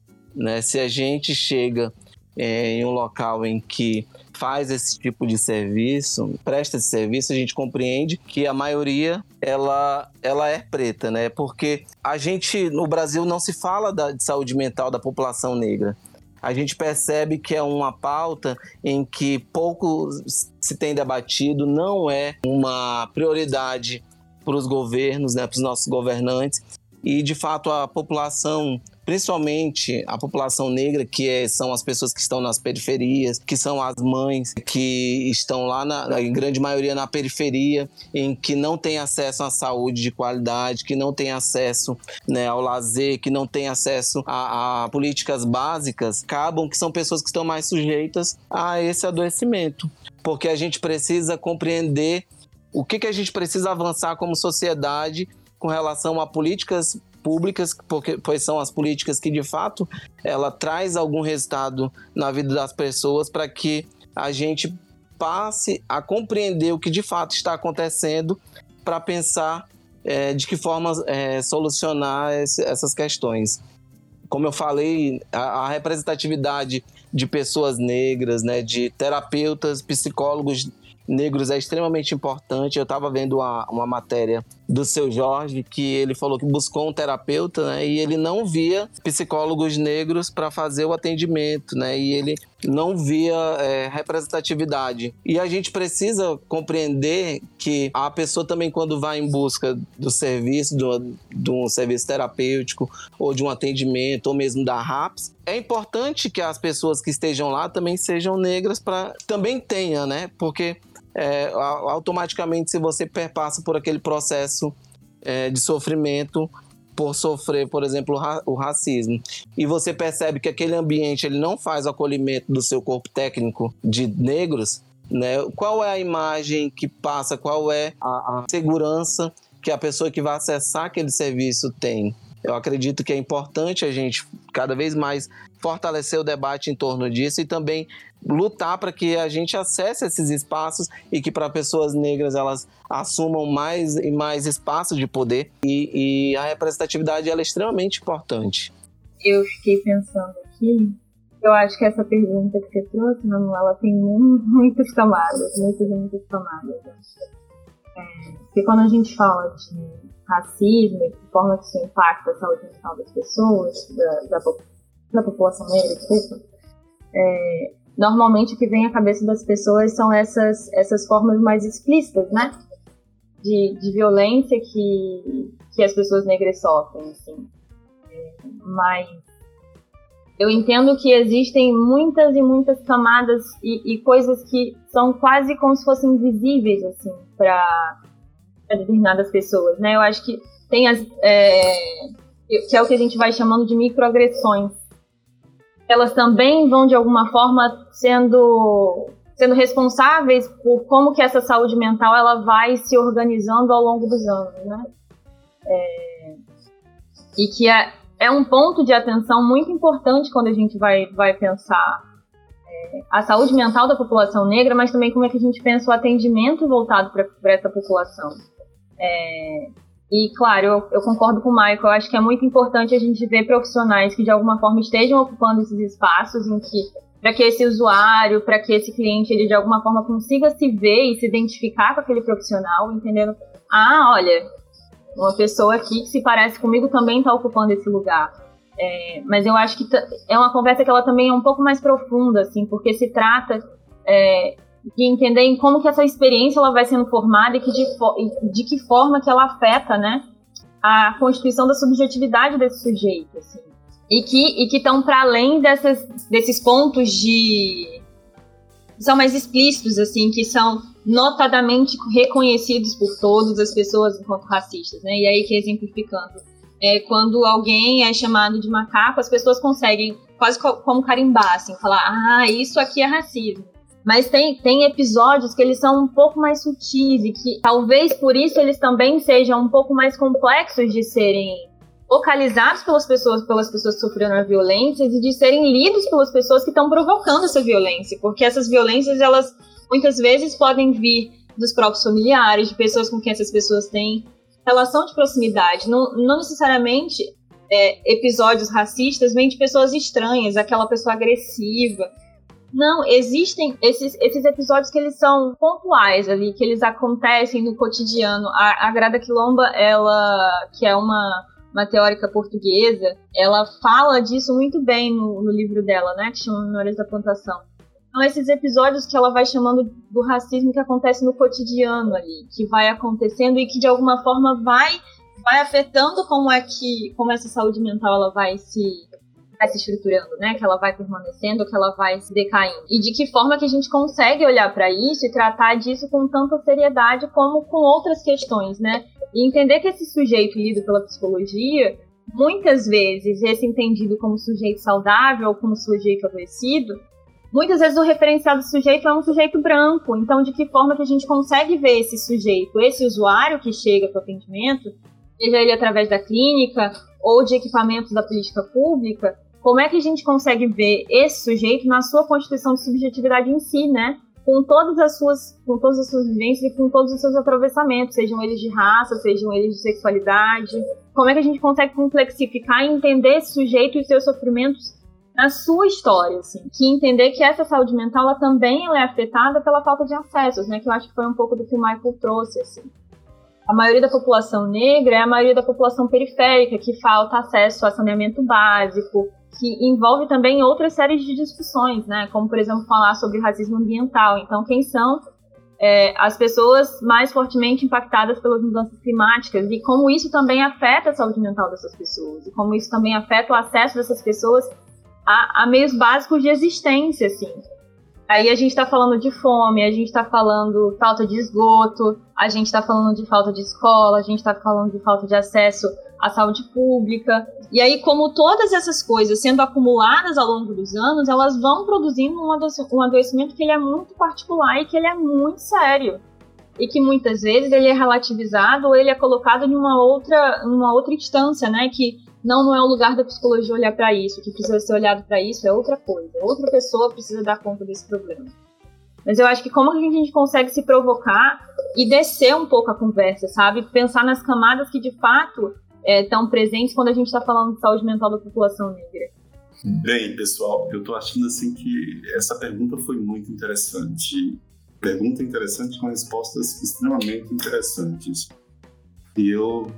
Né? Se a gente chega é, em um local em que faz esse tipo de serviço, presta esse serviço, a gente compreende que a maioria ela, ela é preta, né? Porque a gente, no Brasil, não se fala da, de saúde mental da população negra. A gente percebe que é uma pauta em que pouco se tem debatido, não é uma prioridade para os governos, né, para os nossos governantes. E, de fato, a população, principalmente a população negra, que é, são as pessoas que estão nas periferias, que são as mães, que estão lá, na, em grande maioria, na periferia, em que não tem acesso à saúde de qualidade, que não tem acesso, né, ao lazer, que não tem acesso a, a políticas básicas, acabam que são pessoas que estão mais sujeitas a esse adoecimento. Porque a gente precisa compreender o que, que a gente precisa avançar como sociedade com relação a políticas públicas, porque, pois são as políticas que, de fato, ela traz algum resultado na vida das pessoas para que a gente passe a compreender o que, de fato, está acontecendo para pensar é, de que forma é, solucionar esse, essas questões. Como eu falei, a, a representatividade de pessoas negras, né, de terapeutas, psicólogos negros é extremamente importante. Eu estava vendo uma, uma matéria do Seu Jorge, que ele falou que buscou um terapeuta, né, e ele não via psicólogos negros para fazer o atendimento, né, e ele não via é, representatividade. E a gente precisa compreender que a pessoa também, quando vai em busca do serviço, do, de um serviço terapêutico, ou de um atendimento, ou mesmo da RAPS, é importante que as pessoas que estejam lá também sejam negras, para também tenha, né, porque É, automaticamente, se você perpassa por aquele processo é, de sofrimento por sofrer, por exemplo, o, ra- o racismo, e você percebe que aquele ambiente ele não faz o acolhimento do seu corpo técnico de negros, né? Qual é a imagem que passa, qual é a, a segurança que a pessoa que vai acessar aquele serviço tem? Eu acredito que é importante a gente cada vez mais fortalecer o debate em torno disso e também lutar para que a gente acesse esses espaços e que para pessoas negras elas assumam mais e mais espaço de poder, e, e a representatividade ela é extremamente importante. Eu fiquei pensando aqui, eu acho que essa pergunta que você trouxe, Manuela, tem muitas camadas, muitas e muitas camadas. É, porque quando a gente fala de racismo e de forma que isso impacta a saúde mental das pessoas, da, da, da população negra, desculpa, é, normalmente o que vem à cabeça das pessoas são essas, essas formas mais explícitas, né? De, de violência que, que as pessoas negras sofrem, assim. É, mas eu entendo que existem muitas e muitas camadas e, e coisas que são quase como se fossem invisíveis, assim, para determinadas pessoas, né? Eu acho que tem as... É, que é o que a gente vai chamando de microagressões. Elas também vão, de alguma forma, sendo, sendo responsáveis por como que essa saúde mental ela vai se organizando ao longo dos anos, né? É, e que é, é um ponto de atenção muito importante quando a gente vai, vai pensar é, a saúde mental da população negra, mas também como é que a gente pensa o atendimento voltado para essa população. É, E, claro, eu, eu concordo com o Michael, eu acho que é muito importante a gente ver profissionais que, de alguma forma, estejam ocupando esses espaços em que, para que esse usuário, para que esse cliente, ele, de alguma forma, consiga se ver e se identificar com aquele profissional, entendendo, ah, olha, uma pessoa aqui que se parece comigo também está ocupando esse lugar. É, mas eu acho que t- é uma conversa que ela também é um pouco mais profunda, assim, porque se trata... É, de entender em como que essa experiência ela vai sendo formada e que de, fo- de que forma que ela afeta, né, a constituição da subjetividade desse sujeito, assim. E que e que estão para além dessas, desses pontos de... são mais explícitos, assim, que são notadamente reconhecidos por todas as pessoas enquanto racistas, né? E aí que exemplificando, é, quando alguém é chamado de macaco, as pessoas conseguem quase como carimbar, assim, falar, ah, isso aqui é racismo. Mas tem, tem episódios que eles são um pouco mais sutis e que talvez por isso eles também sejam um pouco mais complexos de serem localizados pelas pessoas, pelas pessoas que sofreram a violência e de serem lidos pelas pessoas que estão provocando essa violência, porque essas violências, elas muitas vezes podem vir dos próprios familiares, de pessoas com quem essas pessoas têm relação de proximidade, não, não necessariamente é, episódios racistas vêm de pessoas estranhas, aquela pessoa agressiva. Não, existem esses, esses episódios que eles são pontuais ali, que eles acontecem no cotidiano. A, a Grada Quilomba, ela, que é uma, uma teórica portuguesa, ela fala disso muito bem no, no livro dela, né, que chama Memórias da Plantação. Então, esses episódios que ela vai chamando do racismo que acontece no cotidiano ali, que vai acontecendo e que de alguma forma vai, vai afetando como é que, como essa saúde mental ela vai se... vai se estruturando, né? Que ela vai permanecendo, que ela vai se decaindo. E de que forma que a gente consegue olhar para isso e tratar disso com tanta seriedade como com outras questões, né? E entender que esse sujeito lido pela psicologia, muitas vezes esse entendido como sujeito saudável, como sujeito adoecido, muitas vezes o referenciado sujeito é um sujeito branco. Então, de que forma que a gente consegue ver esse sujeito, esse usuário que chega para o atendimento, seja ele através da clínica ou de equipamentos da política pública, como é que a gente consegue ver esse sujeito na sua constituição de subjetividade em si, né? Com todas as suas, com todas as suas vivências e com todos os seus atravessamentos, sejam eles de raça, sejam eles de sexualidade. Como é que a gente consegue complexificar e entender esse sujeito e seus sofrimentos na sua história, assim? Que entender que essa saúde mental ela também ela é afetada pela falta de acessos, né? Que eu acho que foi um pouco do que o Michael trouxe, assim. A maioria da população negra é a maioria da população periférica, que falta acesso a saneamento básico, que envolve também outras séries de discussões, né? Como, por exemplo, falar sobre racismo ambiental. Então, quem são é, as pessoas mais fortemente impactadas pelas mudanças climáticas e como isso também afeta a saúde mental dessas pessoas e como isso também afeta o acesso dessas pessoas a, a meios básicos de existência, assim. Aí a gente está falando de fome, a gente está falando de falta de esgoto, a gente está falando de falta de escola, a gente está falando de falta de acesso à saúde pública. E aí, como todas essas coisas sendo acumuladas ao longo dos anos, elas vão produzindo um adoecimento que ele é muito particular e que ele é muito sério. E que muitas vezes ele é relativizado ou ele é colocado em uma outra, numa outra instância, né? Que não, não é o lugar da psicologia olhar para isso, que precisa ser olhado para isso é outra coisa. Outra pessoa precisa dar conta desse problema. Mas eu acho que como a gente consegue se provocar e descer um pouco a conversa, sabe? Pensar nas camadas que de fato estão é, presentes quando a gente está falando de saúde mental da população negra. Bem, pessoal, eu estou achando assim que essa pergunta foi muito interessante. Pergunta interessante com respostas extremamente interessantes. E eu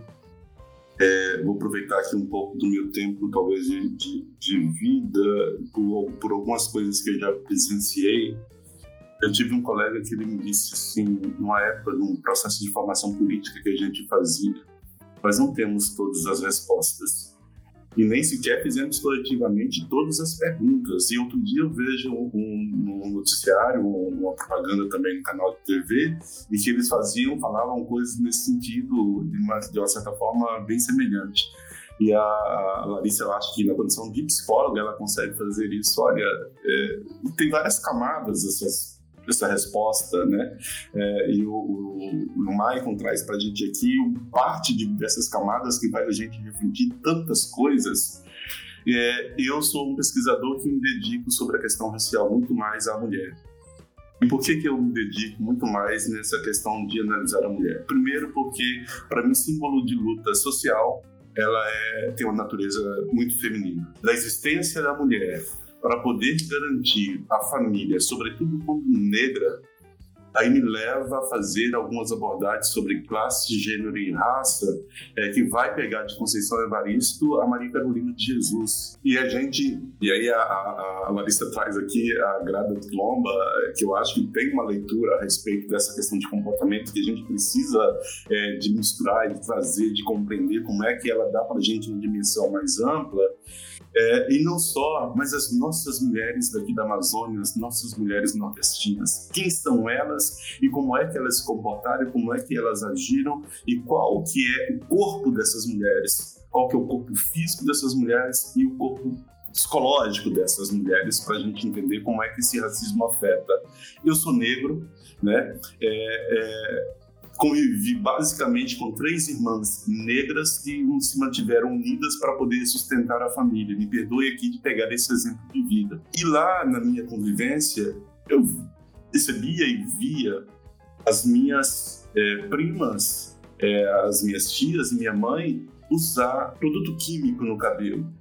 É, vou aproveitar aqui um pouco do meu tempo, talvez, de, de, de vida, por, por algumas coisas que eu já presenciei. Eu tive um colega que ele me disse, assim, numa época, num processo de formação política que a gente fazia, nós não temos todas as respostas. E nem sequer fizemos coletivamente todas as perguntas. E outro dia eu vejo um, um noticiário, uma propaganda também no canal de T V, e que eles faziam, falavam coisas nesse sentido, de uma, de uma certa forma, bem semelhante. E a, a Larissa, eu acho que na condição de psicóloga, ela consegue fazer isso. Olha, é, tem várias camadas essas essa resposta, né? É, e o, o, o Maicon traz para a gente aqui parte de, dessas camadas que vai a gente refletir tantas coisas. É, eu sou um pesquisador que me dedico sobre a questão racial muito mais à mulher. E por que que eu me dedico muito mais nessa questão de analisar a mulher? Primeiro porque, para mim, símbolo de luta social, ela é, tem uma natureza muito feminina. Da existência da mulher para poder garantir a família, sobretudo quando negra, aí me leva a fazer algumas abordagens sobre classe, gênero e raça, é, que vai pegar de Conceição Evaristo a Maria Carolina de Jesus. E a gente, e aí a, a, a Larissa traz aqui a Grada Quilomba, que eu acho que tem uma leitura a respeito dessa questão de comportamento que a gente precisa é, de misturar, de trazer, de compreender como é que ela dá para a gente uma dimensão mais ampla. É, e não só, mas as nossas mulheres daqui da Amazônia, as nossas mulheres nordestinas. Quem são elas e como é que elas se comportaram, como é que elas agiram e qual que é o corpo dessas mulheres, qual que é o corpo físico dessas mulheres e o corpo psicológico dessas mulheres, para a gente entender como é que esse racismo afeta. Eu sou negro, né? É, é, convivi basicamente com três irmãs negras que se mantiveram unidas para poder sustentar a família. Me perdoe aqui de pegar esse exemplo de vida. E lá na minha convivência, eu percebia e via as minhas é, primas, é, as minhas tias e minha mãe usar produto químico no cabelo.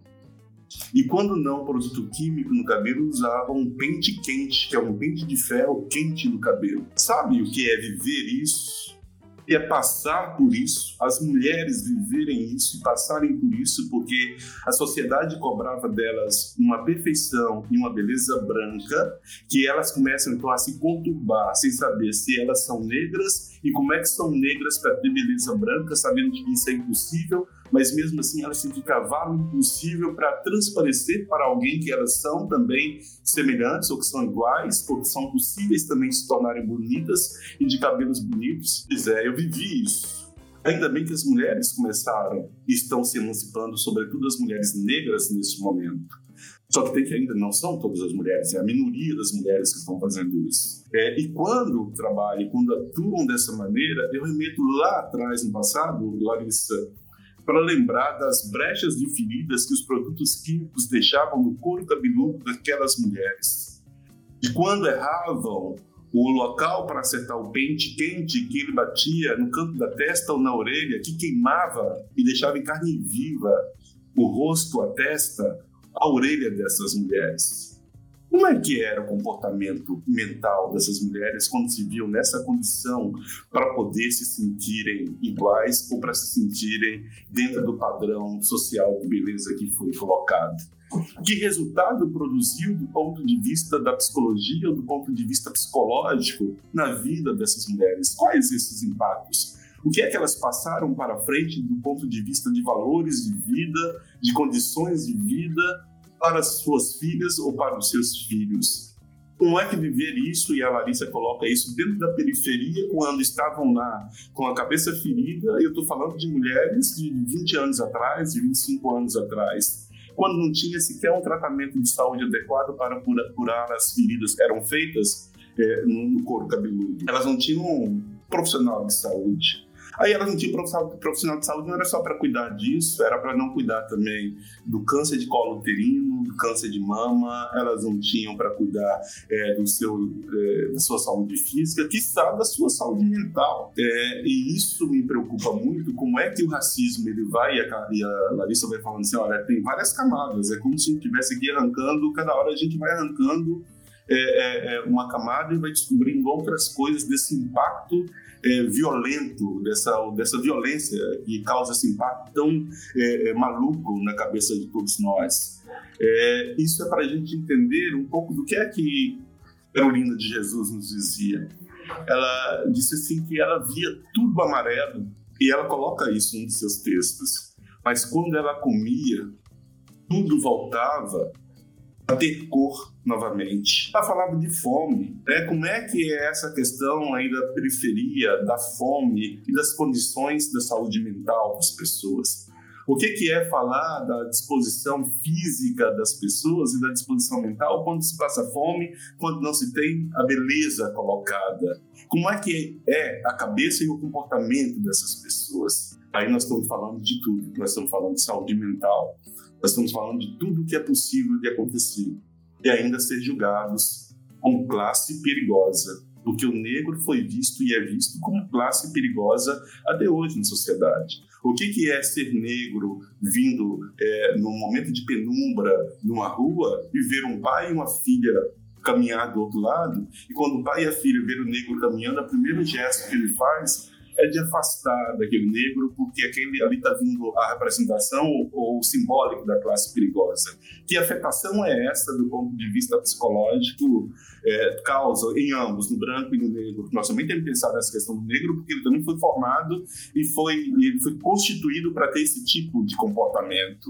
E quando não produto químico no cabelo, usavam um pente quente, que é um pente de ferro quente no cabelo. Sabe o que é viver isso? É passar por isso, as mulheres viverem isso e passarem por isso, porque a sociedade cobrava delas uma perfeição e uma beleza branca, que elas começam então a se conturbar, sem saber se elas são negras e como é que são negras para ter beleza branca, sabendo que isso é impossível, mas mesmo assim elas têm que cavar o impossível para transparecer para alguém que elas são também semelhantes ou que são iguais, ou que são possíveis também se tornarem bonitas e de cabelos bonitos. Pois é, eu vivi isso. Ainda bem que as mulheres começaram e estão se emancipando, sobretudo as mulheres negras neste momento. Só que tem que ainda não são todas as mulheres, é a minoria das mulheres que estão fazendo isso. É, e quando trabalham, quando atuam dessa maneira, eu remeto lá atrás, no passado, Larissa, para lembrar das brechas de feridas que os produtos químicos deixavam no couro cabeludo daquelas mulheres. E quando erravam o local para acertar o pente quente que ele batia no canto da testa ou na orelha, que queimava e deixava em carne viva o rosto, a testa, a orelha dessas mulheres. Como é que era o comportamento mental dessas mulheres quando se viam nessa condição para poder se sentirem iguais ou para se sentirem dentro do padrão social de beleza que foi colocado? Que resultado produziu do ponto de vista da psicologia ou do ponto de vista psicológico na vida dessas mulheres? Quais esses impactos? O que é que elas passaram para frente do ponto de vista de valores de vida, de condições de vida, para as suas filhas ou para os seus filhos? Como é que viver isso, e a Larissa coloca isso dentro da periferia, quando estavam lá com a cabeça ferida? Eu estou falando de mulheres de vinte anos atrás, de vinte e cinco anos atrás, quando não tinha sequer um tratamento de saúde adequado para curar as feridas que eram feitas é, no couro cabeludo. Elas não tinham um profissional de saúde. Aí elas não tinham profissional de saúde, não era só para cuidar disso, era para não cuidar também do câncer de colo uterino, do câncer de mama, elas não tinham para cuidar é, do seu, é, da sua saúde física, quiçá da sua saúde mental. É, e isso me preocupa muito, como é que o racismo ele vai, e a, e a Larissa vai falando assim, olha, tem várias camadas, é como se a gente estivesse aqui arrancando, cada hora a gente vai arrancando é, é, uma camada e vai descobrindo outras coisas desse impacto É, violento, dessa, dessa violência que causa esse impacto tão é, é, maluco na cabeça de todos nós. É, isso é para a gente entender um pouco do que é que Carolina de Jesus nos dizia. Ela disse assim que ela via tudo amarelo, e ela coloca isso em um de seus textos, mas quando ela comia, tudo voltava a ter cor novamente. Ela falava de fome, né? Como é que é essa questão aí da periferia, da fome e das condições da saúde mental das pessoas? O que que é falar da disposição física das pessoas e da disposição mental quando se passa fome, quando não se tem a beleza colocada? Como é que é a cabeça e o comportamento dessas pessoas? Aí nós estamos falando de tudo, nós estamos falando de saúde mental, nós estamos falando de tudo que é possível de acontecer e ainda ser julgados como classe perigosa, porque o negro foi visto e é visto como classe perigosa até hoje na sociedade. O que que é ser negro vindo é, num momento de penumbra numa rua e ver um pai e uma filha caminhar do outro lado, e quando o pai e a filha verem o negro caminhando, o primeiro gesto que ele faz é de afastar daquele negro, porque aquele ali está vindo a representação ou o simbólico da classe perigosa. Que afetação é essa do ponto de vista psicológico é, causa em ambos, no branco e no negro? Nós também temos que pensar nessa questão do negro, porque ele também foi formado e foi, ele foi constituído para ter esse tipo de comportamento.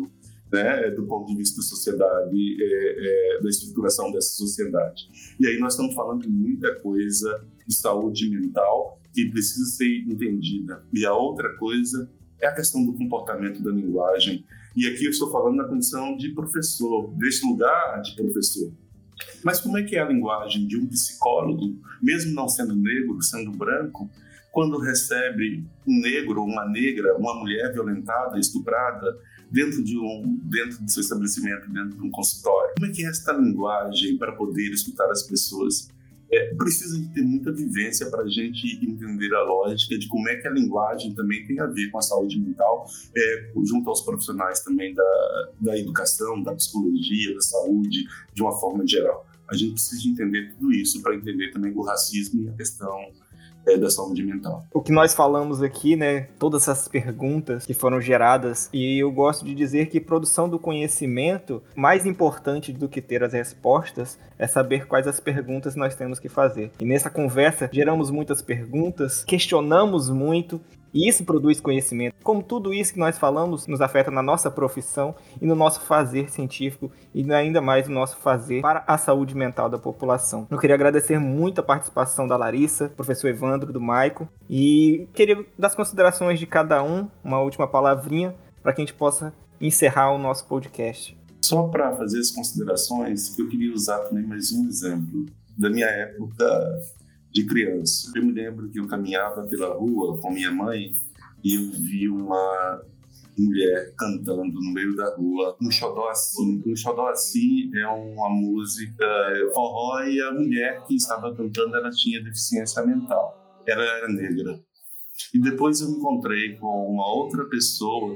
né, do ponto de vista da sociedade, é, é, da estruturação dessa sociedade. E aí nós estamos falando de muita coisa de saúde mental que precisa ser entendida. E a outra coisa é a questão do comportamento da linguagem. E aqui eu estou falando na condição de professor, desse lugar de professor. Mas como é que é a linguagem de um psicólogo, mesmo não sendo negro, sendo branco, quando recebe um negro, uma negra, uma mulher violentada, estuprada, dentro de um dentro do seu estabelecimento, dentro de um consultório? Como é que é esta linguagem para poder escutar as pessoas? É, precisa de ter muita vivência para a gente entender a lógica de como é que a linguagem também tem a ver com a saúde mental, é, junto aos profissionais também da, da educação, da psicologia, da saúde, de uma forma geral. A gente precisa entender tudo isso para entender também o racismo e a questão é, da saúde mental. O que nós falamos aqui, né, todas essas perguntas que foram geradas, e eu gosto de dizer que produção do conhecimento, mais importante do que ter as respostas, é saber quais as perguntas nós temos que fazer. E nessa conversa, geramos muitas perguntas, questionamos muito, e isso produz conhecimento. Como tudo isso que nós falamos nos afeta na nossa profissão e no nosso fazer científico e ainda mais no nosso fazer para a saúde mental da população. Eu queria agradecer muito a participação da Larissa, professor Evandro, do Maico, e queria das considerações de cada um, uma última palavrinha para que a gente possa encerrar o nosso podcast. Só para fazer as considerações, eu queria usar também mais um exemplo da minha época de criança. Eu me lembro que eu caminhava pela rua com minha mãe e eu vi uma mulher cantando no meio da rua, um xodó assim. Um xodó assim é uma música forró e a mulher que estava cantando, ela tinha deficiência mental. Ela era negra. E depois eu me encontrei com uma outra pessoa,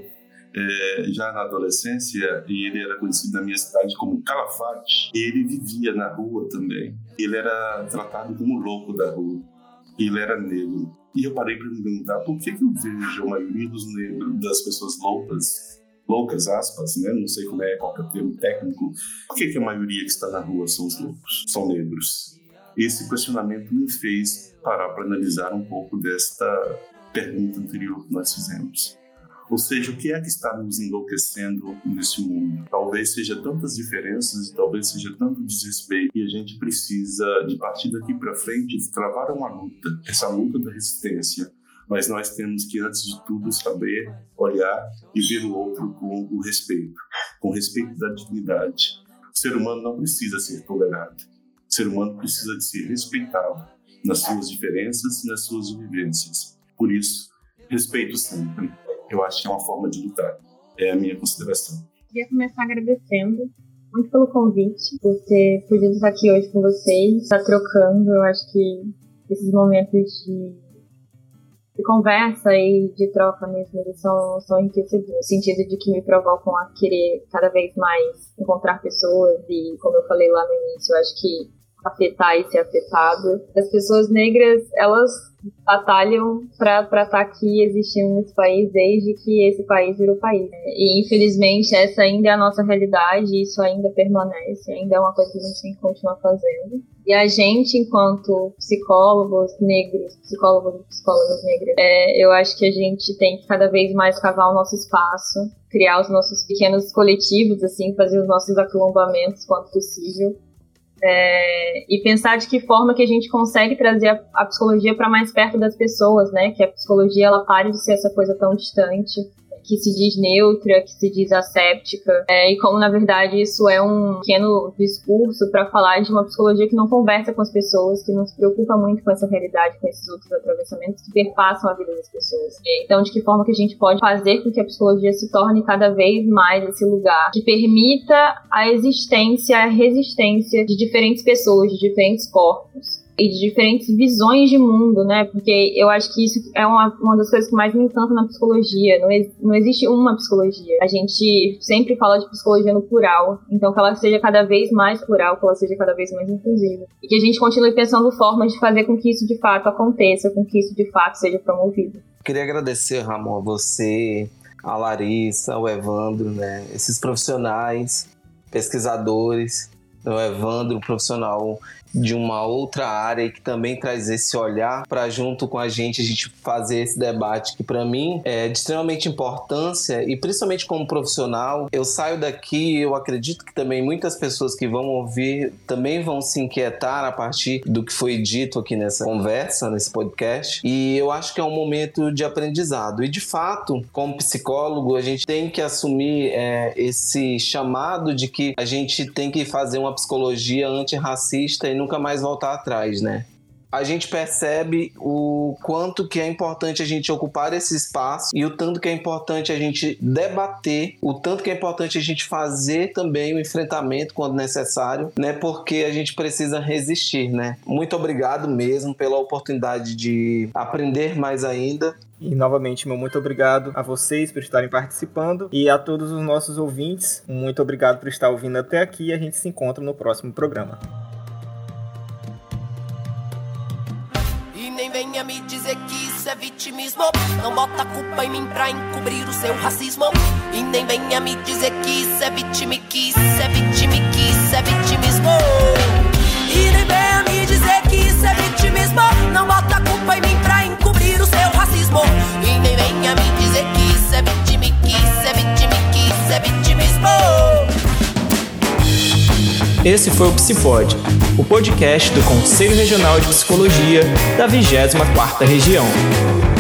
é, já na adolescência, e ele era conhecido na minha cidade como Calafate. Ele vivia na rua também. Ele era tratado como louco da rua. Ele era negro. E eu parei para me perguntar por que, que eu vejo a maioria dos negros, das pessoas loucas, loucas aspas, né? Não sei como é, qual é o termo técnico. Por que, que a maioria que está na rua são os loucos, são negros? Esse questionamento me fez parar para analisar um pouco desta pergunta anterior que nós fizemos. Ou seja, o que é que está nos enlouquecendo nesse mundo? Talvez seja tantas diferenças e talvez seja tanto desrespeito, e a gente precisa, de partir daqui para frente, travar uma luta, essa luta da resistência. Mas nós temos que, antes de tudo, saber olhar e ver o outro com o respeito, com o respeito da dignidade. O ser humano não precisa ser tolerado. O ser humano precisa de ser respeitado nas suas diferenças e nas suas vivências. Por isso, respeito sempre. Eu acho que é uma forma de lutar. É a minha consideração. Queria começar agradecendo muito pelo convite, por ter podido estar aqui hoje com vocês, estar trocando. Eu acho que esses momentos de, de conversa e de troca mesmo, eles são, são enriquecedores, no sentido de que me provocam a querer cada vez mais encontrar pessoas e, como eu falei lá no início, eu acho que afetar e ser afetado. As pessoas negras, elas batalham para estar aqui existindo nesse país desde que esse país virou país. E infelizmente essa ainda é a nossa realidade, isso ainda permanece, ainda é uma coisa que a gente tem que continuar fazendo. E a gente, enquanto psicólogos negros, psicólogos e psicólogas negras, é, eu acho que a gente tem que cada vez mais cavar o nosso espaço, criar os nossos pequenos coletivos, assim, fazer os nossos aquilombamentos quanto possível. É, e pensar de que forma que a gente consegue trazer a, a psicologia para mais perto das pessoas, né? Que a psicologia ela pare de ser essa coisa tão distante, que se diz neutra, que se diz asséptica, é, e como na verdade isso é um pequeno discurso para falar de uma psicologia que não conversa com as pessoas, que não se preocupa muito com essa realidade, com esses outros atravessamentos que perpassam a vida das pessoas. Então, de que forma que a gente pode fazer com que a psicologia se torne cada vez mais esse lugar que permita a existência, a resistência de diferentes pessoas, de diferentes corpos e de diferentes visões de mundo, né? Porque eu acho que isso é uma, uma das coisas que mais me encanta na psicologia. Não, ex, não existe uma psicologia. A gente sempre fala de psicologia no plural, então que ela seja cada vez mais plural, que ela seja cada vez mais inclusiva. E que a gente continue pensando formas de fazer com que isso de fato aconteça, com que isso de fato seja promovido. Queria agradecer, Ramon, a você, a Larissa, o Evandro, né? Esses profissionais, pesquisadores, o Evandro, um profissional de uma outra área que também traz esse olhar para junto com a gente a gente fazer esse debate que para mim é de extremamente importância e principalmente como profissional. Eu saio daqui, eu acredito que também muitas pessoas que vão ouvir também vão se inquietar a partir do que foi dito aqui nessa conversa, nesse podcast, e eu acho que é um momento de aprendizado. E de fato, como psicólogo, a gente tem que assumir é, esse chamado de que a gente tem que fazer uma psicologia antirracista e nunca mais voltar atrás, né? A gente percebe o quanto que é importante a gente ocupar esse espaço e o tanto que é importante a gente debater, o tanto que é importante a gente fazer também o enfrentamento quando necessário, né? Porque a gente precisa resistir, né? Muito obrigado mesmo pela oportunidade de aprender mais ainda. E novamente, meu muito obrigado a vocês por estarem participando e a todos os nossos ouvintes. Muito obrigado por estar ouvindo até aqui e a gente se encontra no próximo programa. Nem venha me dizer que isso é vitimismo. Não bota a culpa em mim pra encobrir o seu racismo. E nem venha me dizer que isso é vitimi, que isso é vitimi, que isso é vitimismo. E nem venha me dizer que isso é vitimismo. Não bota a culpa em mim pra encobrir o seu racismo. E nem venha me dizer que isso é vitimi, que isso é vitimi, que isso é vitimismo. Esse foi o Psipod, o podcast do Conselho Regional de Psicologia da vigésima quarta Região.